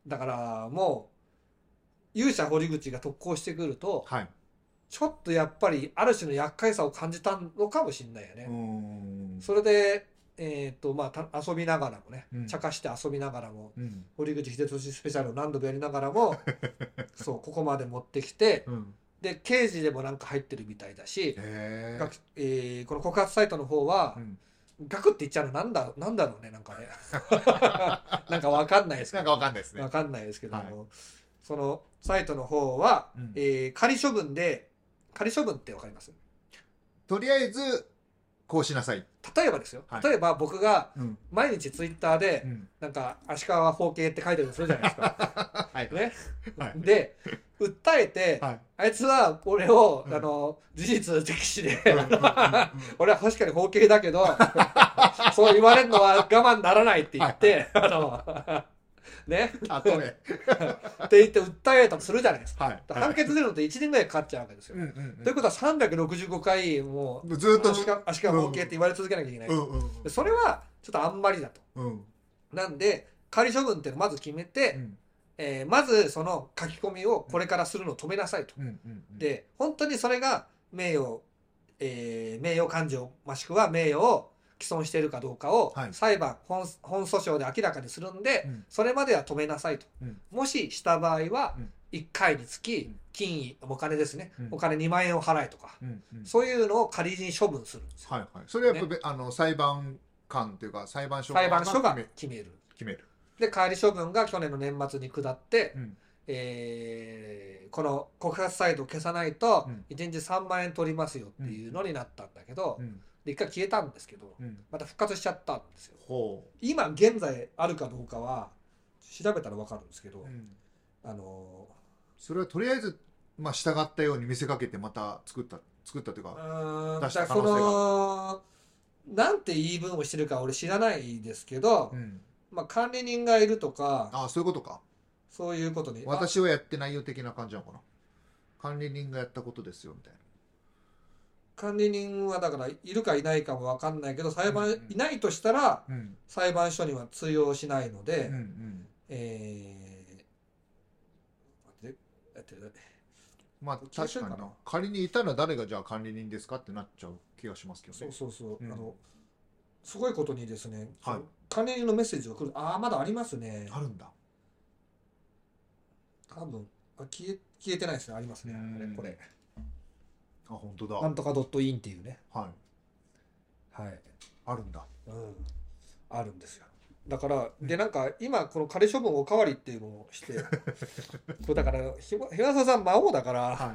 だからもう勇者堀口が特攻してくると、はい、ちょっとやっぱりある種の厄介さを感じたのかもしれないよね。うんそれで、えーとまあ、遊びながらもね、うん、茶化して遊びながらも、うん、堀口秀俊スペシャルを何度もやりながらもそうここまで持ってきて、うん、で刑事でもなんか入ってるみたいだし、えー、この告発サイトの方は、うん、ガクって言っちゃうのなんだなんだろうねなんかねなんかわかんないですけど、 なんかわかんないですね。 わかんないですけども、はい、そのサイトの方は、うんえー、仮処分で仮処分ってわかります？ とりあえずこうしなさい。 例えばですよ、はい、例えば僕が毎日ツイッターで、うん、なんか足利包茎って書いてるとするじゃないですかはいね、はい、で訴えて、はい、あいつは俺を、うん、あの事実敵視で、うん、俺は確かに包茎だけどそう言われるのは我慢ならないって言って、はい、あのね、あとねって言って訴えたとするじゃないですか、はい、判決出るのっていちねんぐらいかかっちゃうわけですよ、うんうんうん、ということはさんびゃくろくじゅうごかいもうずっと足利包茎って言われ続けなきゃいけない、うんうんうん、それはちょっとあんまりだと、うん、なんで仮処分っていうのをまず決めて、うんえー、まずその書き込みをこれからするのを止めなさいと、うんうんうん、で本当にそれが名誉、えー、名誉感情もしくは名誉を毀損しているかどうかを裁判、はい、本, 本訴訟で明らかにするんで、うん、それまでは止めなさいと、うん、もしした場合は、うん、いっかいにつき金位お金ですね、うん、お金にまんえんを払えとか、うんうん、そういうのを仮に処分するんですよ、 はいはい、それはやっぱ、ね、あの裁判官というか裁判所が裁判所が決める決めるで仮処分が去年の年末に下って、うんえー、この告発サイトを消さないといちにちさんまんえん取りますよっていうのになったんだけど、うんうんで一回消えたんですけど、うん、また復活しちゃったんですよ。ほう今現在あるかどうかは調べたら分かるんですけど、うん、あのー、それはとりあえず、まあ、従ったように見せかけてまた作った作ったというか出した可能性がそのなんて言い分をしてるか俺知らないですけど、うんまあ、管理人がいるとかああそういうことかそういうことに私はやってないよ的な感じなのかな管理人がやったことですよみたいな管理人はだからいるかいないかも分かんないけど裁判、うんうん、いないとしたら、うん、裁判所には通用しないので、うんうんえー、でやってるまあ確かにな仮にいたら誰がじゃあ管理人ですかってなっちゃう気がしますけどねそうそうそう、うん、あのすごいことにですね、はい、管理人のメッセージが来るああまだありますねあるんだ多分あ消え消えてないですねありますねこれあ本当だなんとかドットインっていうねはいはいあるんだうんあるんですよだからでなんか今この仮処分おかわりっていうのをしてこれだからひわささん魔王だから、はい、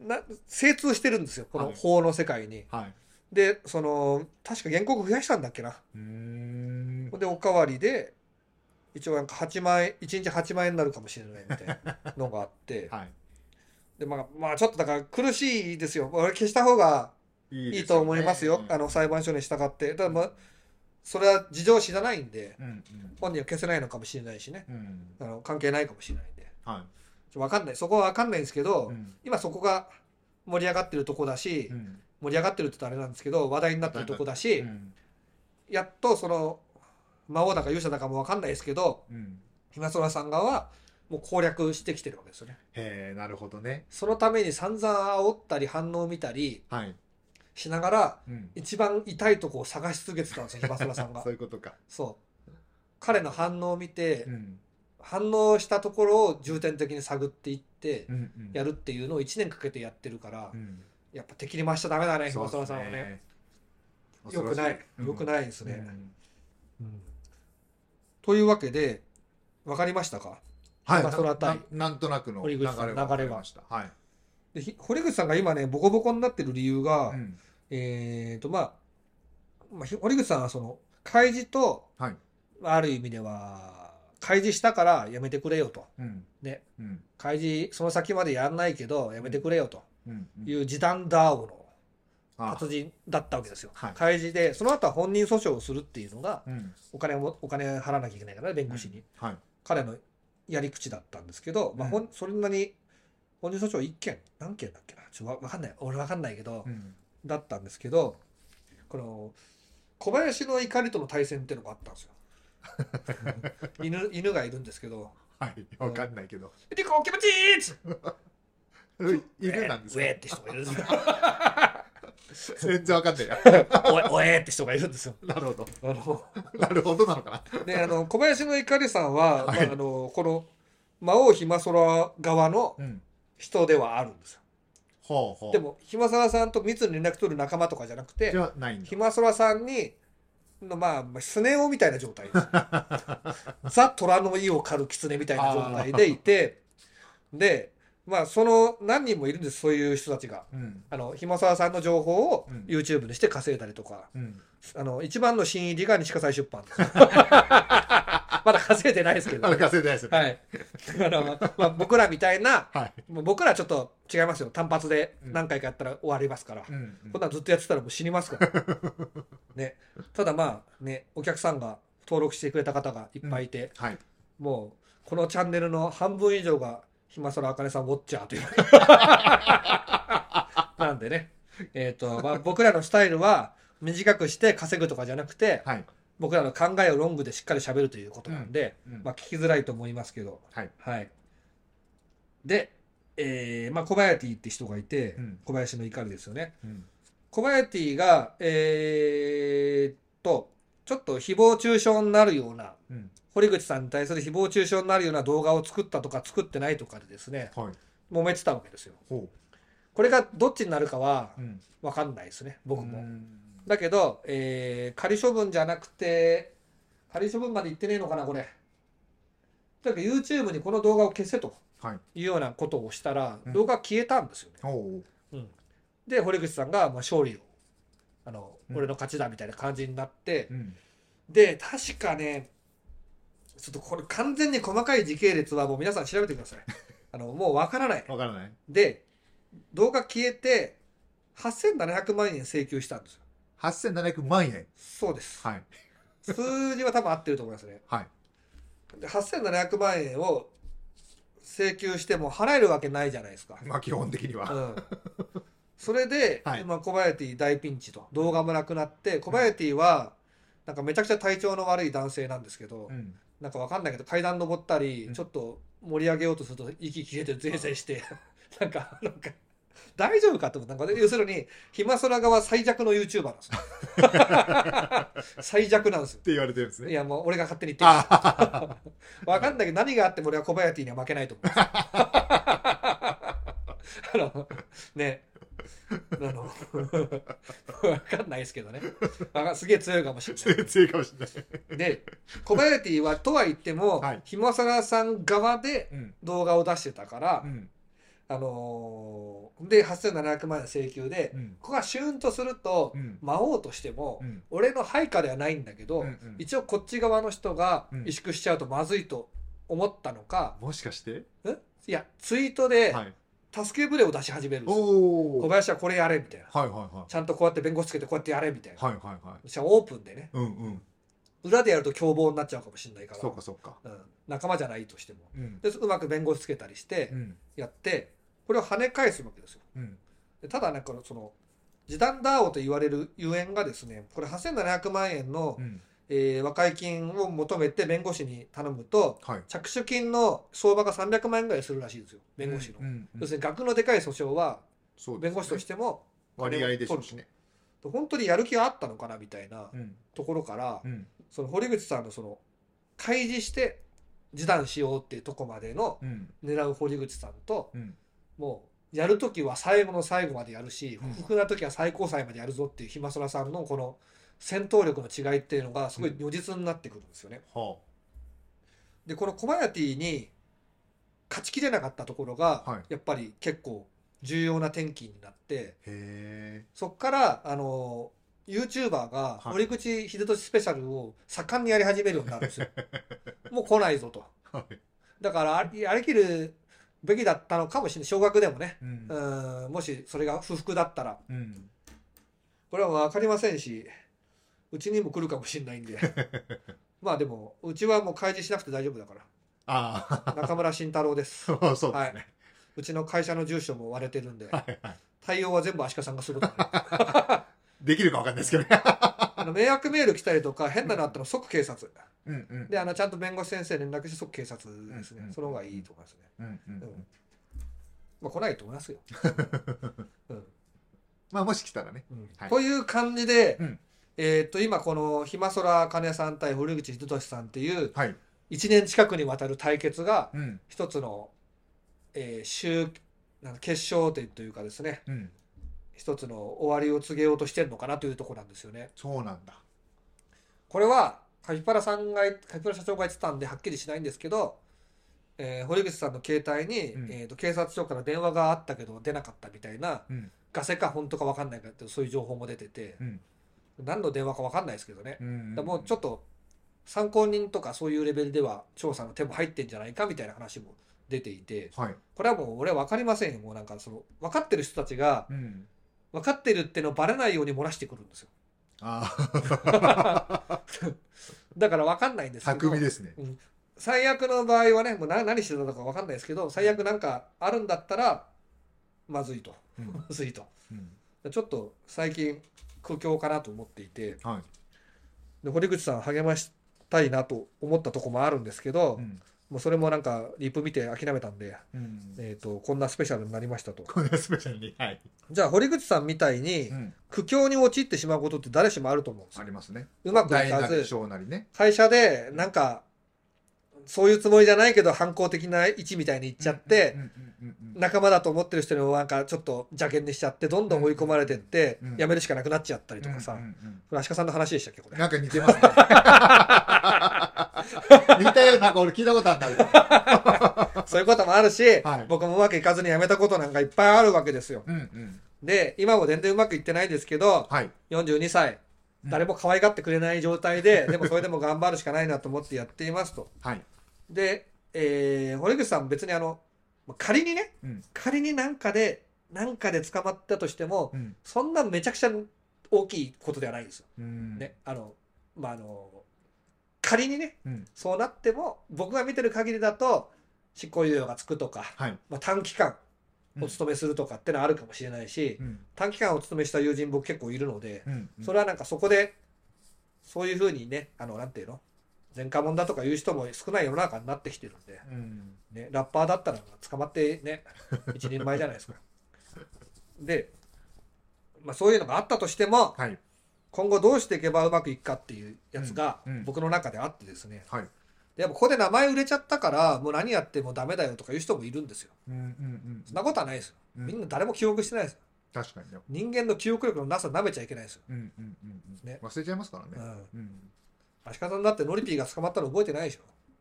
な精通してるんですよこの法の世界に、はい、でその確か原告増やしたんだっけなうーんでおかわりで一応なんかはちまん円いちにちはちまん円になるかもしれないみたいなのがあってはい。 でまあまあちょっとだから苦しいですよ。俺消した方がいいいと思いますよ。 うんあの裁判所に従って。ただまあそれは事情知らないんでうん本人は消せないのかもしれないしね。 うんうんあの関係ないかもしれないんで。 はちょわかんない。そこはわかんないんですけど、 い。うん今そこが盛り上がってるとこだし、 うん盛り上がってるって言ったらあれなんですけど話題になってるとこだし、 うんやっとその魔王だか勇者だかもわかんないですけどうんひまそらさん側はもう攻略してきてるわけですよね。 へえ、なるほどね。 そのために散々煽ったり反応を見たりはい。 しながらうん一番痛いとこを探し続けてたんですよひまそらさんがそういうことか。 そう彼の反応を見て、 うん反応したところを重点的に探っていってうんうんやるっていうのをいちねんかけてやってるから、 うんやっぱ敵に回しちゃダメだねひまそうですそらさんはね。 ね。 よくないうんよくないですね、 うんうんというわけで分かりましたか。 はい。 まあそのあたりななんとなくの流れ堀口さんは分かりました。はい。 でひ堀口さんが今ねボコボコになってる理由が、 うんえーとまあ、まあ、ひ堀口さんはその開示と、 はい。 ある意味では開示したからやめてくれよとうんねうん開示その先までやんないけどやめてくれよとうんうんいう時短ダーオのあ達人だったわけですよ。 はい開示でその後は本人訴訟をするっていうのがうんお金をお金払わなきゃいけないからね弁護士に、 はい。 彼のやり口だったんですけど、まあ、ほんそんなに本人訴訟いっけん何件だっけなちょっとわわかんない俺わかんないけど、 うんだったんですけどこの小林の怒りとの対戦っていうのがあったんですよ犬犬がいるんですけどはい。わかんないけど。 「リコ気持ちいい!」っつって犬なんですか。 ウェーって人がいるんですよ全然わかんないや。 おえおえって人がいるんですよ。 なるほど。 あのなるほどなのかな。 であの小林の怒りさんは、 はいまあ、あのこの魔王ひまそら側のうん。 人ではあるんですよ。 ほうほう。 でもひまそらさんと密に連絡取る仲間とかじゃなくてじゃないんだひ。まそらさんにのまあまあスネ夫みたいな状態ですザ・虎の意を狩る狐みたいな状態でいてでまあその何人もいるんですそういう人たちが。 うんあのひまそらさんの情報をうん YouTube にして稼いだりとか、 うん。 あの一番の新入りが西葛西出版ですまだ稼いでないですけどあれ稼いでないですよね。 はいあの、まあ、僕らみたいなはい。 もう僕らちょっと違いますよ単発でうん何回かやったら終わりますから、 うんうんこんなんずっとやってたらもう死にますからね。ただまあねお客さんが登録してくれた方がいっぱいいて、 はい。 もうこのチャンネルの半分以上がひまそらあかねさんウォッチャーというなんでねえっ、と、まあ、僕らのスタイルは短くして稼ぐとかじゃなくてはい。 僕らの考えをロングでしっかり喋るということなんで、 うんうんまあ、聞きづらいと思いますけど、 はい。 はい、で、えーまあ、小林って人がいて、 うん小林の怒りですよね。 うん。 小林がえーっとちょっと誹謗中傷になるようなうん。 堀口さんに対する誹謗中傷になるような動画を作ったとか作ってないとかでですねはい。 揉めてたわけですよ。 ほこれがどっちになるかはう。うん。 分かんないですね僕も。 うんだけど、えー仮処分じゃなくて仮処分まで言ってねえのかなこれ。とにかく YouTube にこの動画を消せとはい。 いうようなことをしたら、 うん動画消えたんですよね。 ほうん、で堀口さんがまあ勝利をあの、 うん俺の勝ちだみたいな感じになってう。うん。 で確かねちょっとこれ完全に細かい時系列はもう皆さん調べてくださいあのもうわからないわからない。 で動画消えてはっせんななひゃくまんえん請求したんですよ。 はっせんななひゃくまんえん。 そうですはい。 数字は多分合ってると思いますね。 はい。 ではっせんななひゃくまんえんを請求しても払えるわけないじゃないですか。 まあ基本的には。 うん、それで、 はいまあ、小林大ピンチと動画もなくなって小林はなんかめちゃくちゃ体調の悪い男性なんですけど、 うん。 なんかわかんないけど階段登ったり、 うんちょっと盛り上げようとすると息切れてゼーゼーしてなんかなんか大丈夫かと思ってなんか要するにひまそら側最弱の YouTuber なんですよ最弱なんですよ。 って言われてるんですね。 いやもう俺が勝手に言ってるあわかんないけど何があっても俺は小林には負けないと思うあのねあのわかんないですけどねわかすげえ強いかもしれないあ。強いかもしれない。 で小林はとは言っても、 はいひまそらさん側でうん。 動画を出してたから、 うん。 あのーではっせんななひゃくまん円請求で、 うんここがシューンとすると、 うん舞おうとしても、 うん俺の配下ではないんだけど、 うんうん一応こっち側の人がうん萎縮しちゃうとまずいと思ったのか、 もしかしてんいやツイートではい助け舟を出し始めるんですよ。 おお小林はこれやれみたいな、 はいはいはいちゃんとこうやって弁護士つけてこうやってやれみたいな、 はいはいはいそしたらオープンでね、 うんうん裏でやると凶暴になっちゃうかもしれないから、 そうかそうかうん、仲間じゃないとしてもうんでうまく弁護士つけたりしてうんやってこれを跳ね返すわけですよ。 うんでただねこのその示談ダーオと言われるゆえんがですね、これはっせんななひゃくまん円の、 うんえー和解金を求めて弁護士に頼むとはい着手金の相場がさんびゃくまん円ぐらいするらしいですよ、弁護士の、 うんうんうん要するに額のでかい訴訟はそうですね弁護士としても割合でしょうしね本当にやる気があったのかなみたいなうんところから、 うんその堀口さんのその開示して示談しようっていうとこまでのうん狙う堀口さんと、 うんもうやるときは最後の最後までやるしうん不服なときは最高裁までやるぞっていう暇空さんのこの戦闘力の違いっていうのがすごい如実になってくるんですよね。 はでこのコマヤティに勝ちきれなかったところが、 はいやっぱり結構重要な転機になってへえそっからあの YouTuber がはい堀口秀俊スペシャルを盛んにやり始めるようになるんですよ。もう来ないぞと。 はいだからあやりきるべきだったのかもしれない、小学でもね、 うんうんもしそれが不服だったらうんこれは分かりませんしうちにも来るかもしれないんでまあでもうちはもう開示しなくて大丈夫だからああ中村慎太郎ですそうそうですはいねうちの会社の住所も割れてるんではいはい対応は全部足利さんがするからねできるかわかんないですけどねあの迷惑メール来たりとか変なのあったら即警察うんうんであのちゃんと弁護士先生に連絡して即警察ですね、 うんうんその方がいいと思いますね、 うんうんうんうんまあ来ないと思いますよ、うんまあもし来たらねうんはいという感じで、 うんえーっと今この暇空金さん対堀口秀俊さんっていうはいいちねん近くにわたる対決がうん一つの、えー終なんか決勝点というかですねうん一つの終わりを告げようとしてるのかなというところなんですよね。 そうなんだこれはカピバラさんがカピバラ社長が言ってたんではっきりしないんですけど、えー堀口さんの携帯に、 うんえーと警察署から電話があったけど出なかったみたいなうんガセか本当か分かんないかってそういう情報も出てて、 うん何の電話か分かんないですけどね、 うんだからもうちょっと参考人とかそういうレベルでは調査の手も入ってんじゃないかみたいな話も出ていて、 はいこれはもう俺は分かりませんよ。もうなんかその分かってる人たちがうん分かってるってのをバレないように漏らしてくるんですよ。 ああだから分かんないんですけど巧みですね最悪の場合はねもう何何してたのか分かんないですけど最悪なんかあるんだったらまずいとうんまずいとうんちょっと最近苦境かなと思っていてはいで堀口さん励ましたいなと思ったとこもあるんですけど、 うんもうそれもなんかリップ見て諦めたんで、 うんえー、とこんなスペシャルになりましたと。 これスペシャルにはいじゃあ堀口さんみたいにうん苦境に陥ってしまうことって誰しもあると思うんですよ。 ありますねうまくいか大なりず小なりね会社でなんかそういうつもりじゃないけど反抗的な位置みたいに言っちゃって、 うんうんうんうん仲間だと思ってる人にもなんかちょっと邪険にしちゃってどんどん追い込まれてってうんやめるしかなくなっちゃったりとかさ、 うんうんうんこれ足利さんの話でしたっけこれ。 なんか似てますね似たようななんか俺聞いたことあるんだけどそういうこともあるし、 はい僕もうまくいかずに辞めたことなんかいっぱいあるわけですよ。 うんうんで今も全然うまくいってないですけどはいよんじゅうにさいうん誰も可愛がってくれない状態で、でもそれでも頑張るしかないなと思ってやっていますと。 はいで、えー堀口さん別にあの仮にねうん仮になんかでなんかで捕まったとしてもうんそんなめちゃくちゃ大きいことではないんですよ。 うんね、あのまああの仮にねうんそうなっても僕が見てる限りだと執行猶予がつくとか、 はいまあ、短期間お勤めするとかってのはあるかもしれないし、 うん短期間お勤めした友人僕結構いるので、 うんそれはなんかそこでそういうふうにねあのなんていうの前科者だとかいう人も少ない世の中になってきてるんで、 うんね、ラッパーだったら捕まってね一人前じゃないですか。で、まあ、そういうのがあったとしてもはい今後どうしていけばうまくいくかっていうやつがうんうん僕の中であってですね、 はいでやっぱここで名前売れちゃったからもう何やってもダメだよとかいう人もいるんですよ。 うんうんうんそんなことはないですよ。 うんみんな誰も記憶してないですよ。 確かにね人間の記憶力のなさ舐めちゃいけないですよ。 うんうんうんうんね忘れちゃいますからねうんうん足利さんだってノリピーが捕まったの覚えてないでしょ。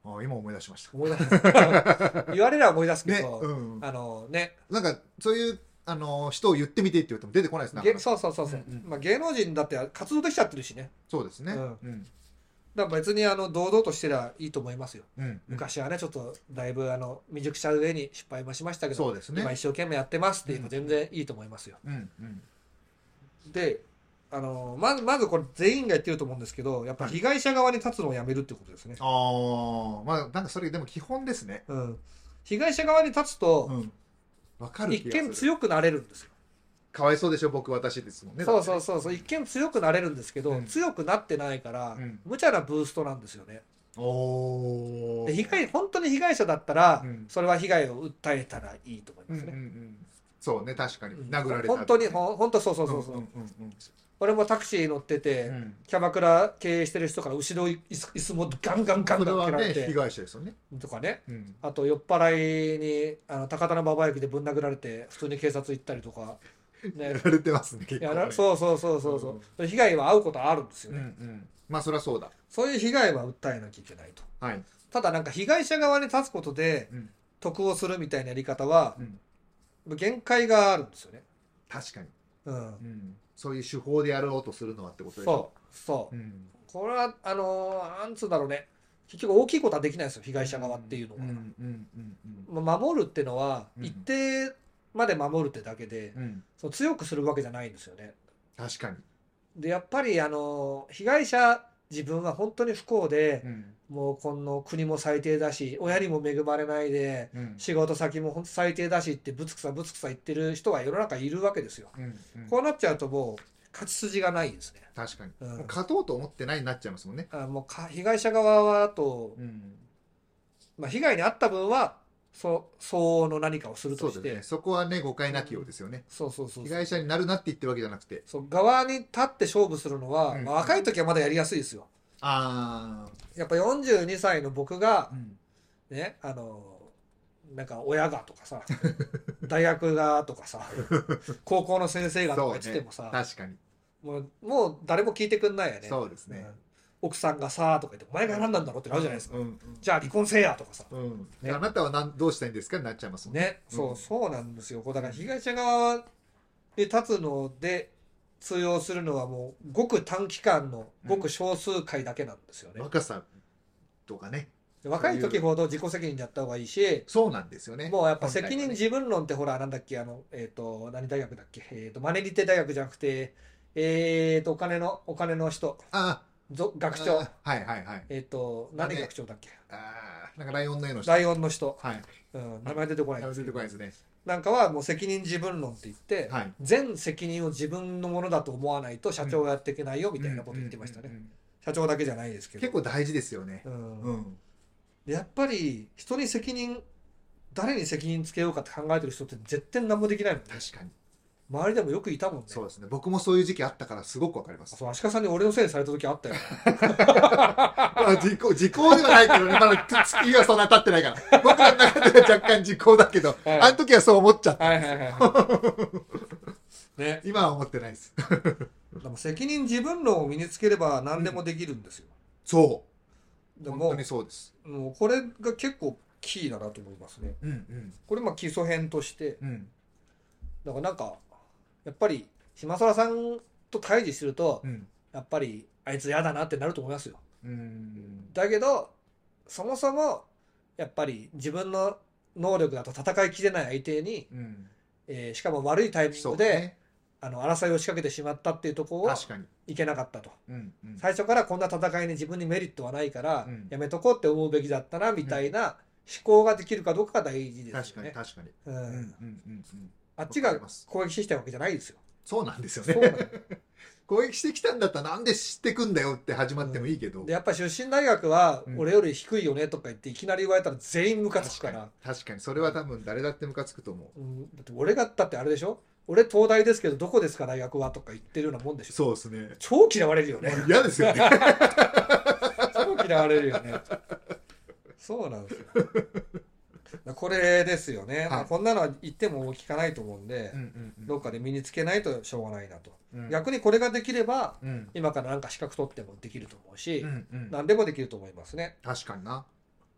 あ今思い出しました。 思い出す言われれば思い出すけね、 ど、 うん。 あのね、 なんか、そういう、あの、人を言ってみてって言っても出てこないですね。なかげなかそうそうそうそう、 うんうんまあ、芸能人だって活動できちゃってるしね。 そうですね。 うんうん。 だから別にあの堂々としてりゃいいと思いますよ。 うん。うん昔はね、ちょっとだいぶあの未熟者上に失敗もしましたけど、 そうですね今一生懸命やってますっていうの全然いいと思いますよ。 うん。うん。 で、あのまずまずこれ全員が言ってると思うんですけど、やっぱ被害者側に立つのをやめるってことですね。 ああ、まあ、なんかそれでも基本ですね。 うん、被害者側に立つと、 うん。わかる一気がする。 見強くなれるんですよ。 かわいそうでしょ、僕、私ですもんね。 そうそうう。 そうそう、一見強くなれるんですけど、 うん強くなってないから、 うん無茶なブーストなんですよね。 おお。 で被害本当に被害者だったら、 うんそれは被害を訴えたらいいと思いうんうんうますね。 ん。そうね、確かに。 うん殴られた。 本当にほん本当そうそうそうそう、 うんうん俺もタクシー乗ってて、 うんうん。 キャバクラ経営してる人から後ろ椅子椅子もガンガンガンそれはガン蹴られね、被て、 害者ですよね。 とかね、 うん。 あと酔っ払いにあの高田馬場駅でぶん殴られて普通に警察行ったりとか、 やね、 られてますね、結や構ね。 らそうそうそうそうそう、被害は遭うことあるんですようんうね。 ん。まあ、そりゃそうだ。 そういう被害は訴えなきゃいけないと。 はい。 ただなんか被害者側に立つことでうん得をするみたいなやり方はうん。 限界があるんですよね。 確かに。 うん、 うん。そういう手法でやろうとするのはってことでしょ。 そうそう、 うん。 これはあのーなんつうんだろうね、結局大きいことはできないですよ、被害者側っていうのは。 うんうんうんまあ守るっていうのはうん一定まで守るってだけで、 うん。うん。 その強くするわけじゃないんですよね。 確かに。 でやっぱりあの被害者自分は本当に不幸で、 うんもうこの国も最低だし親にも恵まれないでうん仕事先も本当最低だしってぶつくさぶつくさ言ってる人は世の中いるわけですよ。 うんうん。 こうなっちゃうともう勝ち筋がないですね。 確かに。 うんもう勝とうと思ってないになっちゃいますもんね。 あもうか被害者側はと、 うん。 まあ、被害に遭った分はそ相応の何かをするとして、 そうですね。そこはね、誤解なきようですよね。 そうそうそう被害者になるなって言ってるわけじゃなくて。 そう側に立って勝負するのは、 うんまあ若い時はまだやりやすいですよ。 あやっぱよんじゅうにさいの僕があ。うん。 ね、あのなんか親がとかさ大学がとかさ高校の先生がとか言っててもさ、 確かに。 もうもう誰も聞いてくんないよね。 そうですね。 うん奥さんがさとか言ってお前が何なんだろうってなるじゃないですか、 うんじゃあ離婚せえやとかさうん。うん。 ねあなたは何どうしたいんですかになっちゃいますもんね、 うんそうそうなんですよ。こうだから被害者側で立つので通用するのはもうごく短期間のごく少数回だけなんですよね。 若さとかね。 で若い時ほど自己責任でやった方がいいし、 そうなんですよね。 もうやっぱ責任本来はね自分論ってほらなんだっけあのえっ、と何大学だっけえっ、とマネリテ大学じゃなくてえっ、とお金のお金の人あぞあ。 学長あはいはいはい。 えっ、と何学長だっけああ。なんかライオンの絵の人。 ライオンの人、 はい。 うん、名前出てこないんです出けどてこないですね。 なんかはもう責任自分論って言って、 はい。 全責任を自分のものだと思わないと社長はやっていけないよみたいなこと言ってましたね。 うんうんうん社長だけじゃないですけど。 結構大事ですよね。 うんうん。 でやっぱり人に責任誰に責任つけようかって考えてる人って絶対何もできないもんね。 確かに。 周りでもよくいたもんね。 そうですね。僕もそういう時期あったからすごくわかります。 そう足利さんに俺のせいにされた時あったよ。 まあ時効、時効ではないけどね。まだ月はそんな経ってないから。僕の中では若干時効だけど、 はいあの時はそう思っちゃった。 はいはいはいはい。ね。 今は思ってないです。 でも責任自分論を身につければ何でもできるんですよ。 そう。 でも本当にそうです。 もうこれが結構キーだなと思いますね。 うんうん。 これまあ基礎編としてうん。 だからなんかやっぱり島空さんと対峙するとうん。 やっぱりあいつ嫌だなってなると思いますよ。 うん。 だけどそもそもやっぱり自分の能力だと戦いきれない相手に、 うん。 えーしかも悪いタイミングで、 そうね。 あの争いを仕掛けてしまったっていうところを確かに。 いけなかったと。 うんうん。 最初からこんな戦いに自分にメリットはないから、 うんやめとこうって思うべきだったなみたいな思考ができるかどうかが大事です確かによね。 確かに。 うんうんうんうんうん。 あっちがわかります攻撃してきたわけじゃないですよ。 そうなんですよそうなのね。攻撃してきたんだったらなんで知ってくんだよって始まってもいいけど。 でやっぱり出身大学はうん俺より低いよねとか言っていきなり言われたら全員ムカつくか、 確からに。確かに。それは多分誰だってムカつくと思う。 うん、だって俺がだってあれでしょ、俺東大ですけどどこですか大学はとか言ってるようなもんでしょ。 そうですね。 超嫌われるよね。 もう嫌ですよね。 超嫌われるよね。そうなんですよ。これですよね、 はいまあ、こんなのは言っても聞かないと思うんで、 うんうんうんどっかで身につけないとしょうがないなと、 うん逆にこれができればうん今からなんか資格取ってもできると思うし、 うんうん何でもできると思いますね。 確かにな。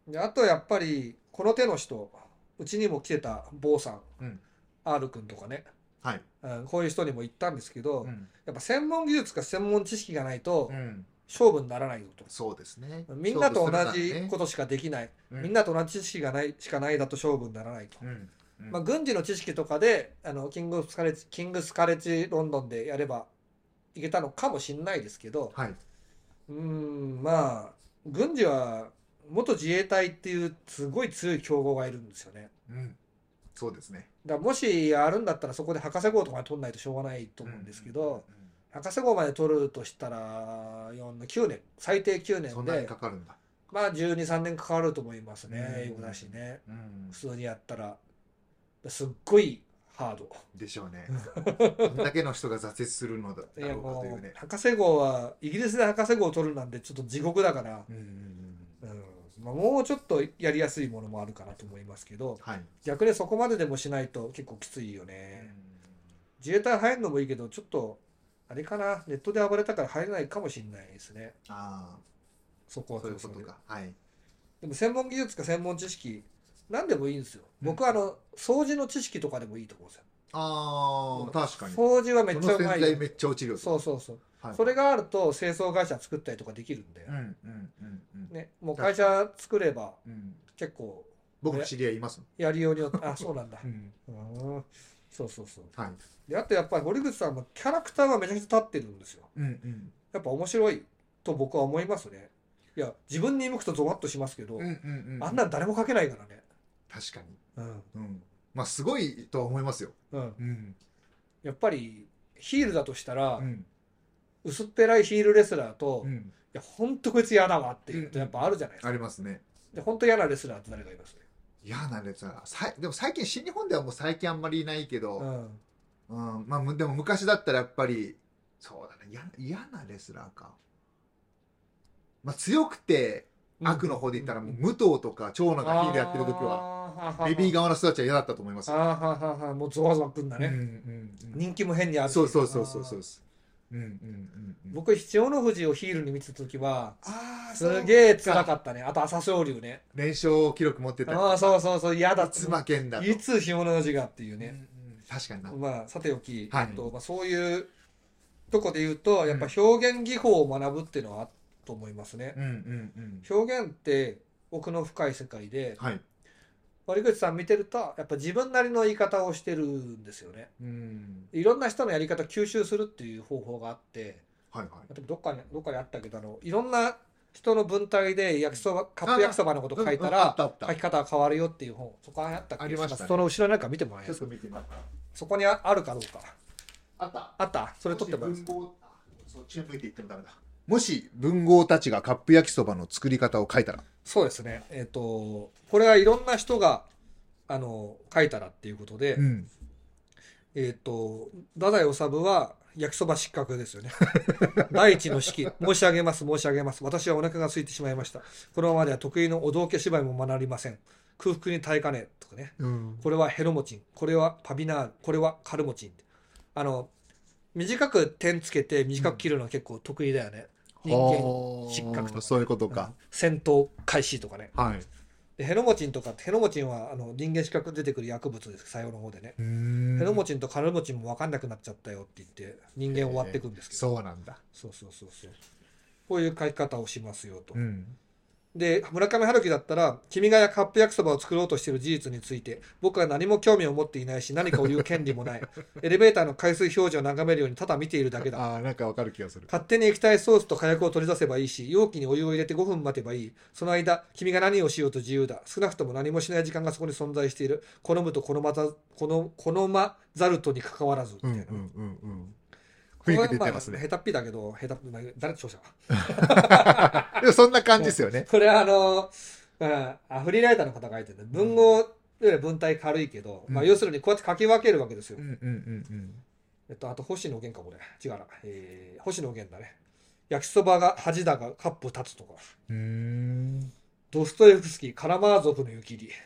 であとやっぱりこの手の人、うちにも来てた坊さん、 うん、 R 君とかね、 はい、 うんこういう人にも言ったんですけど、 うん、 やっぱ専門技術か専門知識がないとうん勝負にならないぞと。 そうですね。 みんなと同勝負するならねじことしかできない、 うんみんなと同じ知識がないしかないだと勝負にならないと。 うんうんまあ、軍事の知識とかであのキングスカレッジ、キングスカレッジロンドンでやればいけたのかもしれないですけど、 はい、 うーんまあ軍事は元自衛隊っていうすごい強い競合がいるんですよね。 うん、そうですね。 だからもしやるんだったらそこで博士号とかに取んないとしょうがないと思うんですけど、博士号まで取るとしたらよんきゅうねん、最低きゅうねんそんなにでかかるんだ。 まあじゅうに、さんねんかかると思いますね。 うん英語だしね。 うん普通にやったらすっごいハード。 でしょうね。どんだけの人が挫折するのだいやろうかといもううね。 博士号はイギリスで博士号を取るなんてちょっと地獄だから、 うんうんうんうんまあ、もうちょっとやりやすいものもあるかなと思いますけど、 はい。 逆にそこまででもしないと結構きついよね。自衛隊入るのもいいけどちょっとあれかな、ネットで暴れたから入れないかもしれないですね。 あそこあ、 はそこでそういうことか。はい。 でも専門技術か専門知識何でもいいんですよ。僕はあの掃除の知識とかでもいいと思うんですよ。 ああ、確かに。 掃除はめっそちゃうまいよ。 の洗剤めっちゃ落ちるよ。 そうそうそう。 はい。 それがあると清掃会社作ったりとかできるんで、 うんうんうんうん。 ね、もう会社作ればうん、 結構僕知り合いいます。 やりようによってあそうなんだ。 うん。 うんそうそうそう。 はい。 であとやっぱり堀口さんもキャラクターがめちゃくちゃ立ってるんですよ。 うんうん。 やっぱ面白いと僕は思いますね。いや自分に向くとゾワッとしますけど、 うんうんうん。 あんなん誰も書けないからね。 確かに。 うんうん。まあすごいとは思いますよ。 うん、 うん。 やっぱりヒールだとしたら、 うん。 薄っぺらいヒールレスラーと、いうん。 や本当こいつ嫌だわっていうのとやっぱあるじゃないですか。 ありますね。 で本当嫌なレスラーって誰がいます？ 嫌なレスラー。さいでも最近、新日本ではもう最近あんまりいないけど、 うんうん、まあむでも昔だったらやっぱり、そうだね、嫌な嫌なレスラーか。まあ強くて悪の方で言ったらもう武藤とか長野がヒールやってる時は、 はベビー側の人たちは嫌だったと思いますよ。 あーはーはーはーもうゾワゾワくんだね、 うんうんうん人気も変にあるしそうそうそうそうそうあーです。うんうんうんうん。 僕七尾の富士をヒールに見てた時はああ、 すげえ辛かったね。あと朝青龍ね。 連勝記録持ってたりとかああそうそうそう嫌だいつ負けんだと。 いつ下の富士がっていうね。 うんうん確かにな。 まあさておき、 はいえっとまあ、そういうとこで言うとやっぱ表現技法を学ぶっていうのはあると思いますね。 うんうんうん。 表現って奥の深い世界ではい。 森口さん見てるとやっぱ自分なりの言い方をしてるんですよね。 うん。 いろんな人のやり方を吸収するっていう方法があってはいはい。 例えばどっかにどっかにあったけどあのいろんな人の文体で焼きそばカップ焼きそばのこと書いたうんうんあらったあった書き方が変わるよっていう本そこにあったっけありましたねその後ろになんか見てもらえちょっますと見てみます。 そこにああるかどうかあった。 あったそれ取ってもらえますもし文豪あそっち向いて言ってもダメだ。もし文豪たちがカップ焼きそばの作り方を書いたら。 そうですねえっ、とこれはいろんな人があの書いたらっていうことで、 ん。 えっ、と太宰治は焼きそば失格ですよね第一の式申し上げます申し上げます私はお腹が空いてしまいましたこのままでは得意のお道化芝居も学びません空腹に耐えかねとかねうん。 これはヘロモチンこれはパビナールこれはカルモチンあの短く点つけて短く切るのは結構得意だよね、人間失格とかそういうことうんか。 戦闘開始とかねはい。 でヘロモチンとかヘロモチンはあの人間資格出てくる薬物です最後の方でね、 うんヘロモチンとカルモチンも分かんなくなっちゃったよって言って人間終わっていくんですけど、 そうなんだ。 そうそうそうそうこういう書き方をしますよと、 うん。 で村上春樹だったら君がカップ焼きそばを作ろうとしている事実について僕は何も興味を持っていないし何かを言う権利もないエレベーターの回数表示を眺めるようにただ見ているだけだああ、なんかわかる気がする。 勝手に液体ソースと火薬を取り出せばいいし容器にお湯を入れてごふん待てばいいその間君が何をしようと自由だ少なくとも何もしない時間がそこに存在している好むと好まざ好の好まざるとに関わらずみたいな、 うんうんうんうん。雰囲気出てますね。 これはまあ下手っぴだけど下手っぴまあ誰著者はでもそんな感じですよね。 これはあの、うん、あフリーライターの方が書いてるんで文豪より文体軽いけど、 うんまあ、要するにこうやって書き分けるわけですよ、 うんうんうんえっと、あと星野源かもね違うな、えー、星野源だね焼きそばが恥だがカップ立つとかうん。うーん。 ドストエフスキーカラマーゾフの湯切り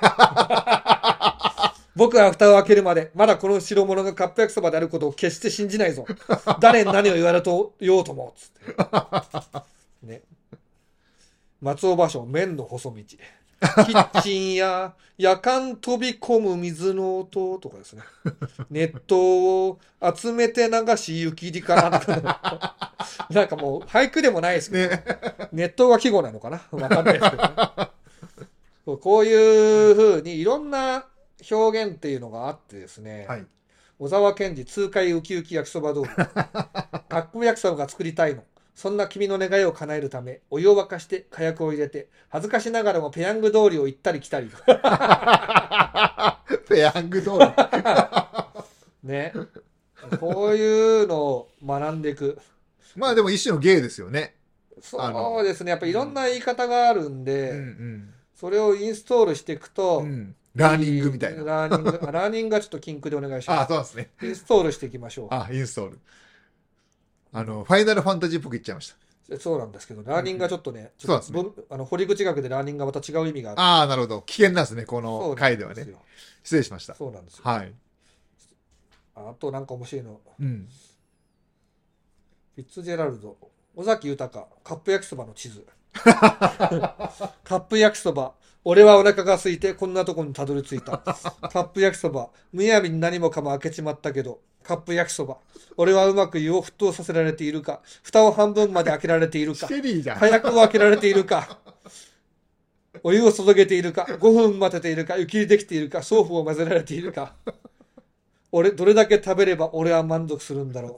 僕は蓋を開けるまでまだこの代物がカップ焼きそばであることを決して信じないぞ誰に何を言われとようともつってね松尾芭蕉麺の細道。キッチンや夜間飛び込む水の音とかですね。熱湯を集めて流し雪りかなとか。なんかもう俳句でもないですけど、ね、熱湯が季語なのかなわかんないですけどね。そうこういうふうにいろんな表現っていうのがあってですね。はい、小沢健二痛快ウキウキ焼きそば豆腐。かっこ焼きそばが作りたいの。そんな君の願いを叶えるため、お湯を沸かして火薬を入れて、恥ずかしながらもペヤング通りを行ったり来たり。 ペヤング通り。 ね。こういうのを学んでいく。 まあでも一種の芸ですよね。 そうですね。やっぱいろんな言い方があるんで、うんうん、それをインストールしていくと、うん、 ラーニングみたいな。 ラーニング、ラーニングはちょっと禁句でお願いします。 あ、そうですね。 インストールしていきましょう。 あ、インストール。あの、ファイナルファンタジーっぽく言っちゃいました。 そうなんですけど、ラーニングがちょっとね、うん、ちょっとそうですね。あの、堀口学でラーニングがまた違う意味がある。 ああ、なるほど。危険なんですね、この回ではね。失礼しました。 そうなんですよ。 はい。 あとなんか面白いの。 うん。 フィッツジェラルド、尾崎豊、カップ焼きそばの地図。カップ焼きそば。俺はお腹が空いてこんなとこにたどり着いた。カップ焼きそば。むやみに何もかも開けちまったけど。カップ焼きそば。俺はうまく湯を沸騰させられているか。蓋を半分まで開けられているか。火薬を開けられているか。お湯を注げているか。ごふん待てているか。湯切りできているか。ソープを混ぜられているか。俺、どれだけ食べれば俺は満足するんだろ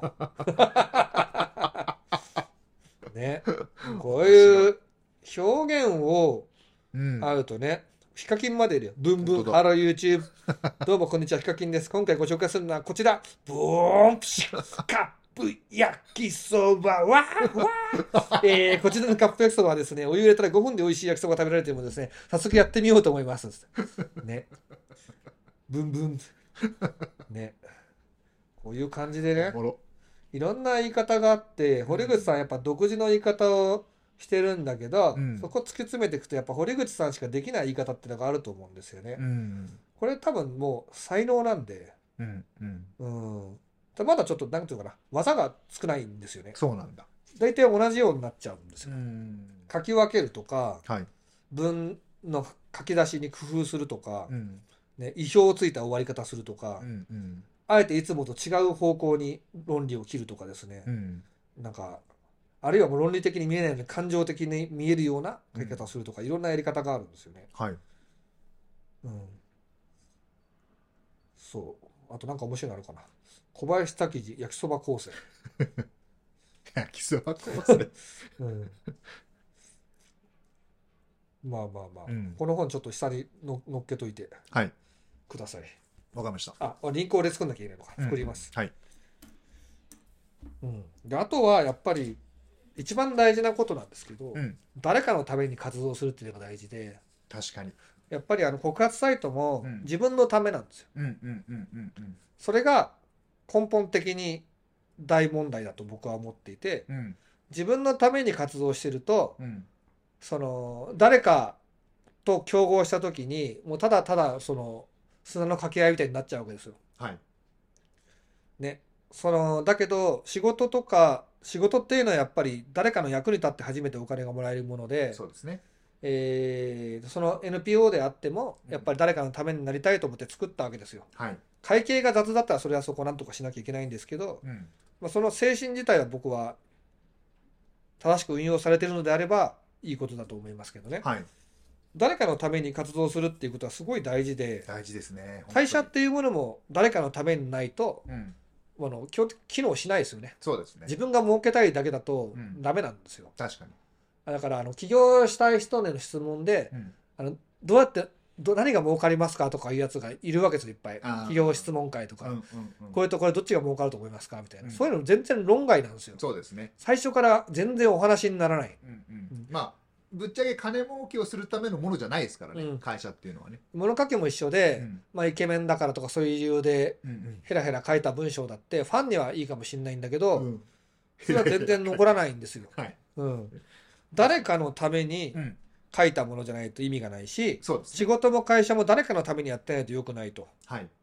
う。ね。こういう表現をあるとね、ヒカキンまでいるよ。ブンブン、ハロー YouTube。どうもこんにちは、ヒカキンです。今回ご紹介するのはこちら。ブーンプシュカップ焼きそばわーわー、えー、こちらのカップ焼きそばはですね、お湯入れたらごふんで美味しい焼きそばが食べられているのでですね、早速やってみようと思います。ね。ブンブン。ね。こういう感じでね、いろんな言い方があって、堀口さんやっぱ独自の言い方をしてるんだけど、うん、そこ突き詰めていくとやっぱ堀口さんしかできない言い方っていうのがあると思うんですよね。うん、これ多分もう才能なんで、うんうんうん、まだちょっと何ていうかな、技が少ないんですよね。 そうなんだ。 大体同じようになっちゃうんですよ。うん、書き分けるとか、はい、文の書き出しに工夫するとか、うんね、意表をついた終わり方するとか、うんうん、あえていつもと違う方向に論理を切るとかですね、うん、なんかあるいはもう論理的に見えないのに感情的に見えるような書き方をするとか、うん、いろんなやり方があるんですよね。はい。うん。そう。あとなんか面白いのあるかな。小林滝次焼きそば構成。 焼きそば構成。うん。 まあまあまあ、うん、この本ちょっと下にの乗っけといてください。 わかりました。 あ、リンクを俺作んなきゃいけないのか。 うん、 作ります。 はい。 うん。で、あとはやっぱり一番大事なことなんですけど、うん、誰かのために活動するっていうのが大事で、 確かにやっぱりあの告発サイトも自分のためなんですよ。それが根本的に大問題だと僕は思っていて、うん、自分のために活動してると、うん、その誰かと競合した時にもうただただその砂の掛け合いみたいになっちゃうわけですよ。はい。ね。そのだけど仕事とか仕事っていうのはやっぱり誰かの役に立って初めてお金がもらえるもので、 そうですね。 えー、その エヌピーオー であってもやっぱり誰かのためになりたいと思って作ったわけですよ。はい。会計が雑だったらそれはそこをなんとかしなきゃいけないんですけど、うん、まあ、その精神自体は僕は正しく運用されているのであればいいことだと思いますけどね。はい。誰かのために活動するっていうことはすごい大事で、 大事ですね。 会社っていうものも誰かのためにないと、うん、あの機能しないですよね。 そうですね。 自分が儲けたいだけだとダメなんですよ。 うん、確かに。 だからあの起業したい人への質問で、うん、あのどうやってど何が儲かりますかとかいうやつがいるわけですよ、いっぱい。起業質問会とか、うんうんうん、こういうところどっちが儲かると思いますかみたいな、うん、そういうの全然論外なんですよ。 そうですね。 最初から全然お話にならない。 うんうんうん、まあぶっちゃけ金儲けをするためのものじゃないですからね、うん、会社っていうのはね。 物書きも一緒で、うん、まあ、イケメンだからとかそういう理由で、うんうん、ヘラヘラ書いた文章だってファンにはいいかもしれないんだけど、うん、それは全然残らないんですよ。はい、うん、誰かのために書いたものじゃないと意味がないし、うん、仕事も会社も誰かのためにやってないと良くないと。はい、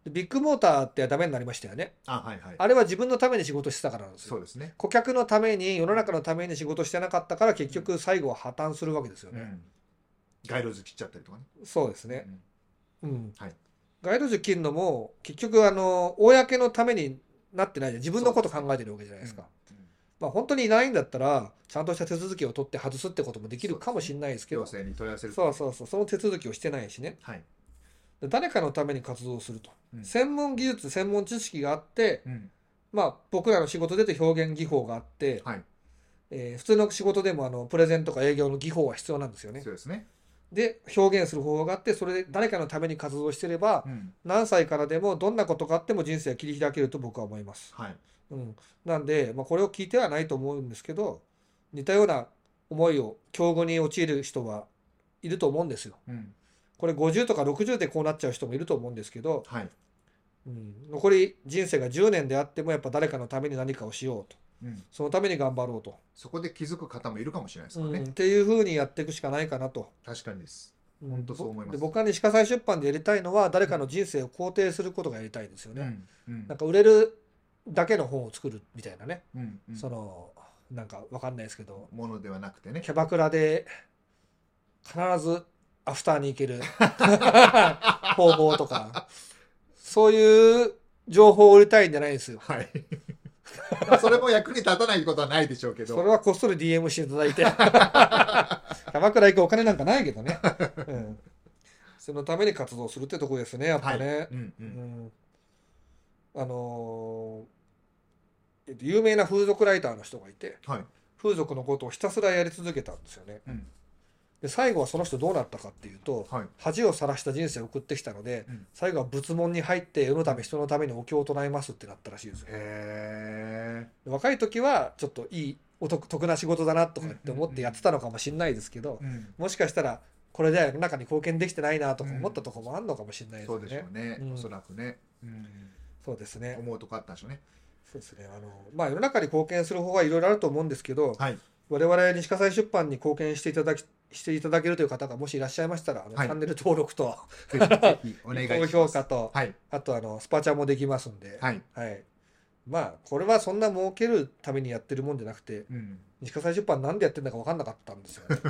でビッグモーターってダメになりましたよね。 あ、はいはい。 あれは自分のために仕事してたからなんですよ。 そうですね。 顧客のために、世の中のために仕事してなかったから、結局最後は破綻するわけですよね。 うん。街路樹切っちゃったりとかね。 そうですね。 うん。 うん。 はい。 街路樹切るのも、結局、あの、公のためになってないじゃん。自分のこと考えてるわけじゃないですか。 うんうんまあ、本当にいないんだったら、ちゃんとした手続きを取って外すってこともできるかもしれないですけど、 行政に問い合わせる。 そうそうそう、その手続きをしてないしね。 はい。 で誰かのために活動すると。 うん専門技術、専門知識があって、 うん。 まあ、僕らの仕事でて表現技法があって、 はい。 えー普通の仕事でもあのプレゼンとか営業の技法は必要なんですよね。 そうですね。 で、表現する方法があって、それで誰かのために活動してれば、 うん。 何歳からでもどんなことがあっても人生は切り開けると僕は思います。 はい。 うん、なんで、まあ、これを聞いてはないと思うんですけど、似たような思いを境遇に陥る人はいると思うんですよ。 うん。 これごじゅうとかろくじゅうでこうなっちゃう人もいると思うんですけど、 はい。 うん、残り人生がじゅうねんであってもやっぱ誰かのために何かをしようと。 うん。 そのために頑張ろうと。 そこで気づく方もいるかもしれないですからね。 うん、っていうふうにやっていくしかないかなと。 確かにです。 うん本当そう思いますで僕は西葛西出版でやりたいのは誰かの人生を肯定することがやりたいんですよね。 うん。うんなんか売れるだけの本を作るみたいなね。 うんうん。 そのなんかわかんないですけど、 ものではなくてね。 キャバクラで必ずアフターに行ける方法とか、そういう情報を売りたいんじゃないですよ。 はい。まあそれも役に立たないことはないでしょうけど。 それはこっそり ディーエム していただいて。キャバクラ行くお金なんかないけどね。うん、そのために活動するってとこですね、やっぱね。 はい。うんう。 うんん、あのーえっと、有名な風俗ライターの人がいて、 はい。 風俗のことをひたすらやり続けたんですよね。 うん。 で最後はその人どうなったかっていうと、 はい。 恥をさらした人生を送ってきたので、 うん最後は仏門に入って世のため人のためにお経を唱えますってなったらしいですよ。 へで若い時はちょっといいお得得な仕事だなとかって思ってやってたのかもしれないですけど、 え。うん。 もしかしたらこれでは世の中に貢献できてないなとか思ったところもあるのかもしれないですそうよね。 でしょうね。 うんおそらくね。うん。 そうですね。 思うとこあったんでしょうね。 そうですね。あのまあ世の中に貢献する方はいろいろあると思うんですけど、 はい。 我々西葛西出版に貢献していただきしていただけるという方がもしいらっしゃいましたら、あのはいチャンネル登録とぜひぜひお願いします。 高評価と、 はい。 あとあのスパチャもできますんで、 はい。 はい。まあこれはそんな儲けるためにやってるもんじゃなくて、 うん。 西葛西出版なんでやってるんだか分かんなかったんですよね。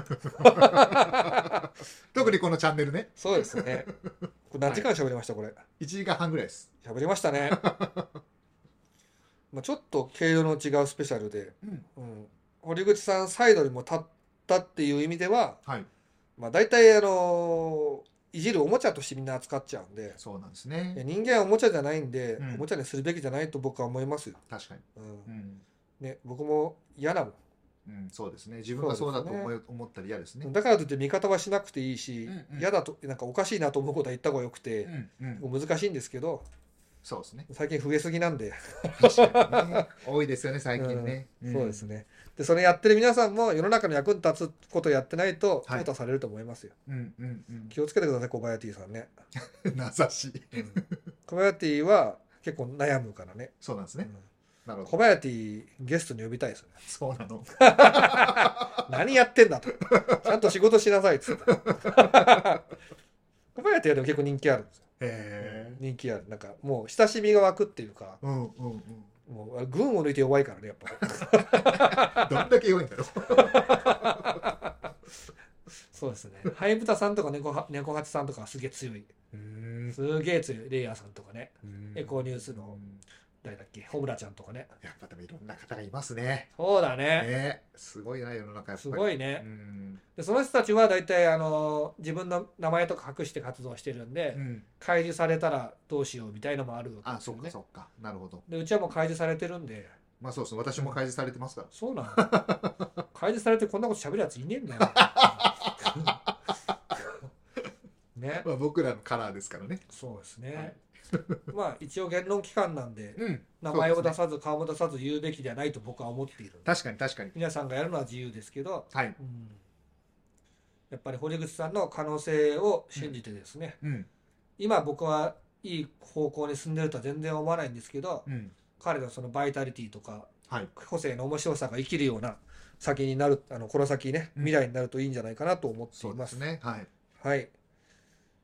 特にこのチャンネルね。 そうですね。これ何時間喋りましたこれ。 いちじかんはんぐらいです。 喋りましたね。まあちょっと毛色の違うスペシャルで、 うん。 うん、堀口さんサイドにも立ったっていう意味では、 はい。 まあ大体あのいじるおもちゃとしてみんな扱っちゃうんで、 そうなんですいやね。 人間はおもちゃじゃないんで、 うんおもちゃにするべきじゃないと僕は思いますよ。 確かに。 うんうん。 ね、僕も嫌なもん。 うん、そうですね。自分がそうだと思い、 そうです思ったら嫌ですね。 だからといって味方はしなくていいし、 うんうん嫌だとなんかおかしいなと思うことは言った方がよくうて、 んうん。 難しいんですけど、 そうですね。 最近増えすぎなんで、 確かにね。多いですよね、最近ね。 うんそうですね。でそれやってる皆さんも世の中の役に立つことをやってないとはい淘汰されると思いますよ。 うんうんうん。 気をつけてください、小林 T さんね。 名指し。 うん小林 T は結構悩むからね。 そうなんですね。 うんなるほど。 小林 T ゲストに呼びたいですよね。 そうなの。 何やってんだと。ちゃんと仕事しなさいっつって。小林 T はでも結構人気あるんですよ。 へえ。 人気ある。なんかもう親しみが湧くっていうか、 うんうんうん。 もう群を抜いて弱いからね、やっぱ。 どんだけ弱いんだろう。 そうですね。ハイブタさんとか猫は猫八さんとかはすげえ強い。 うんすげえ強い。レイヤーさんとかね。エコーニュースのうん誰だっけ、ホムラちゃんとかね。 やっぱでもいろんな方がいますね。 そうだね。 ね、すごいな世の中やっぱり。 すごいねう。ん。 でその人たちは大体あの自分の名前とか隠して活動してるんで、 うん。 開示されたらどうしようみたいのもあるわけあ、 ですよね。 そっかそっか。なるほど。 でうちはもう開示されてるんで、 まあそうですね。私も開示されてますから。 そうなの。開示されてこんなこと喋るやついねえんだよ。ね。 まあ僕らのカラーですからね。 そうですね。まあ一応言論機関なんでうん。 名前を出そうですねさず顔も出さず言うべきではないと僕は思っている。 確かに確かに。 皆さんがやるのは自由ですけど、 はい。 うん、やっぱり堀口さんの可能性を信じてですね、 うん。 今僕はいい方向に進んでるとは全然思わないんですけど、 うん。 彼のそのバイタリティとかはい。 個性の面白さが生きるような先になる、あのこの先ねうん未来になるといいんじゃないかなと思ってそいうま。 ですすね。はい。 はい。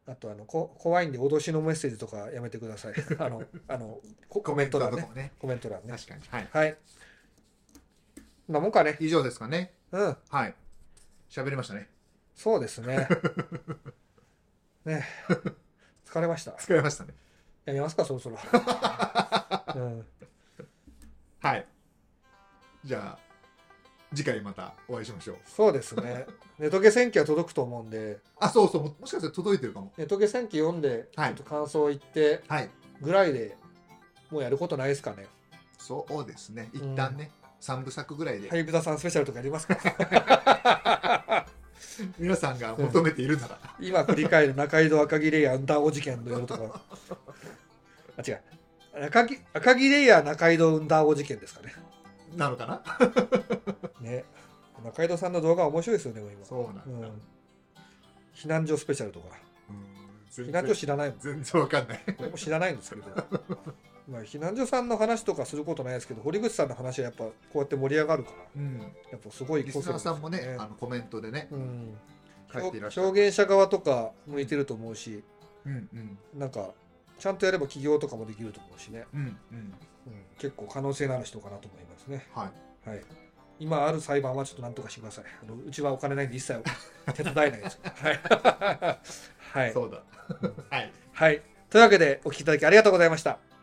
あとあのこ怖いんで脅しのメッセージとかやめてください。あのあのココメント欄ね。 ね。 コメント欄ね。 確かに。はい。 はい。こんなもんかね。 以上ですかね。 うん。 はい。喋りましたね。 そうですね。ね。疲れました。 疲れましたね。 やめますかそろそろ。うん。 はい。じゃあ次回またお会いしましょう。 そうですね。ネトゲ戦記は届くと思うんで。 あ、そうそう。もしかしたら届いてるかも。 ネトゲ戦記読んでちはいょっと感想を言ってはい。 ぐらいでもうやることないですかね。 そうですね。一旦ね、三部作ぐらいで、 ハイブザさんスペシャルとかやりますか。 皆さんが求めているなら、 今振り返る中井戸赤木レイヤー運ダーオ事件の夜とか。あ、違う。赤木赤木レイヤー中井戸運ダーオ事件ですかね。 なのかな。 ね。中井戸さんの動画は面白いですよね、今。 そうなんだ。 うん。避難所スペシャルとか。 うん避難所知らないもん。 全然わかんない。 僕も知らないんですけど。まあ避難所さんの話とかすることないですけど、堀口さんの話はやっぱこうやって盛り上がるから、 うん。 やっぱすごいリスナーさんもね、あのコメントでね、 うん、 書いていらっしゃる。 表現者側とか向いてると思うし、 うんうんなんかちゃんとやれば起業とかもできると思うしね、 うんうん。 うん、結構可能性のある人かなと思いますね。 はい。 はい。今ある裁判はちょっとなんとかしてください。あのうちはお金ないんで一切手伝えないです。はい。はい。 そうだ。はい。 はい。というわけでお聞きいただきありがとうございました。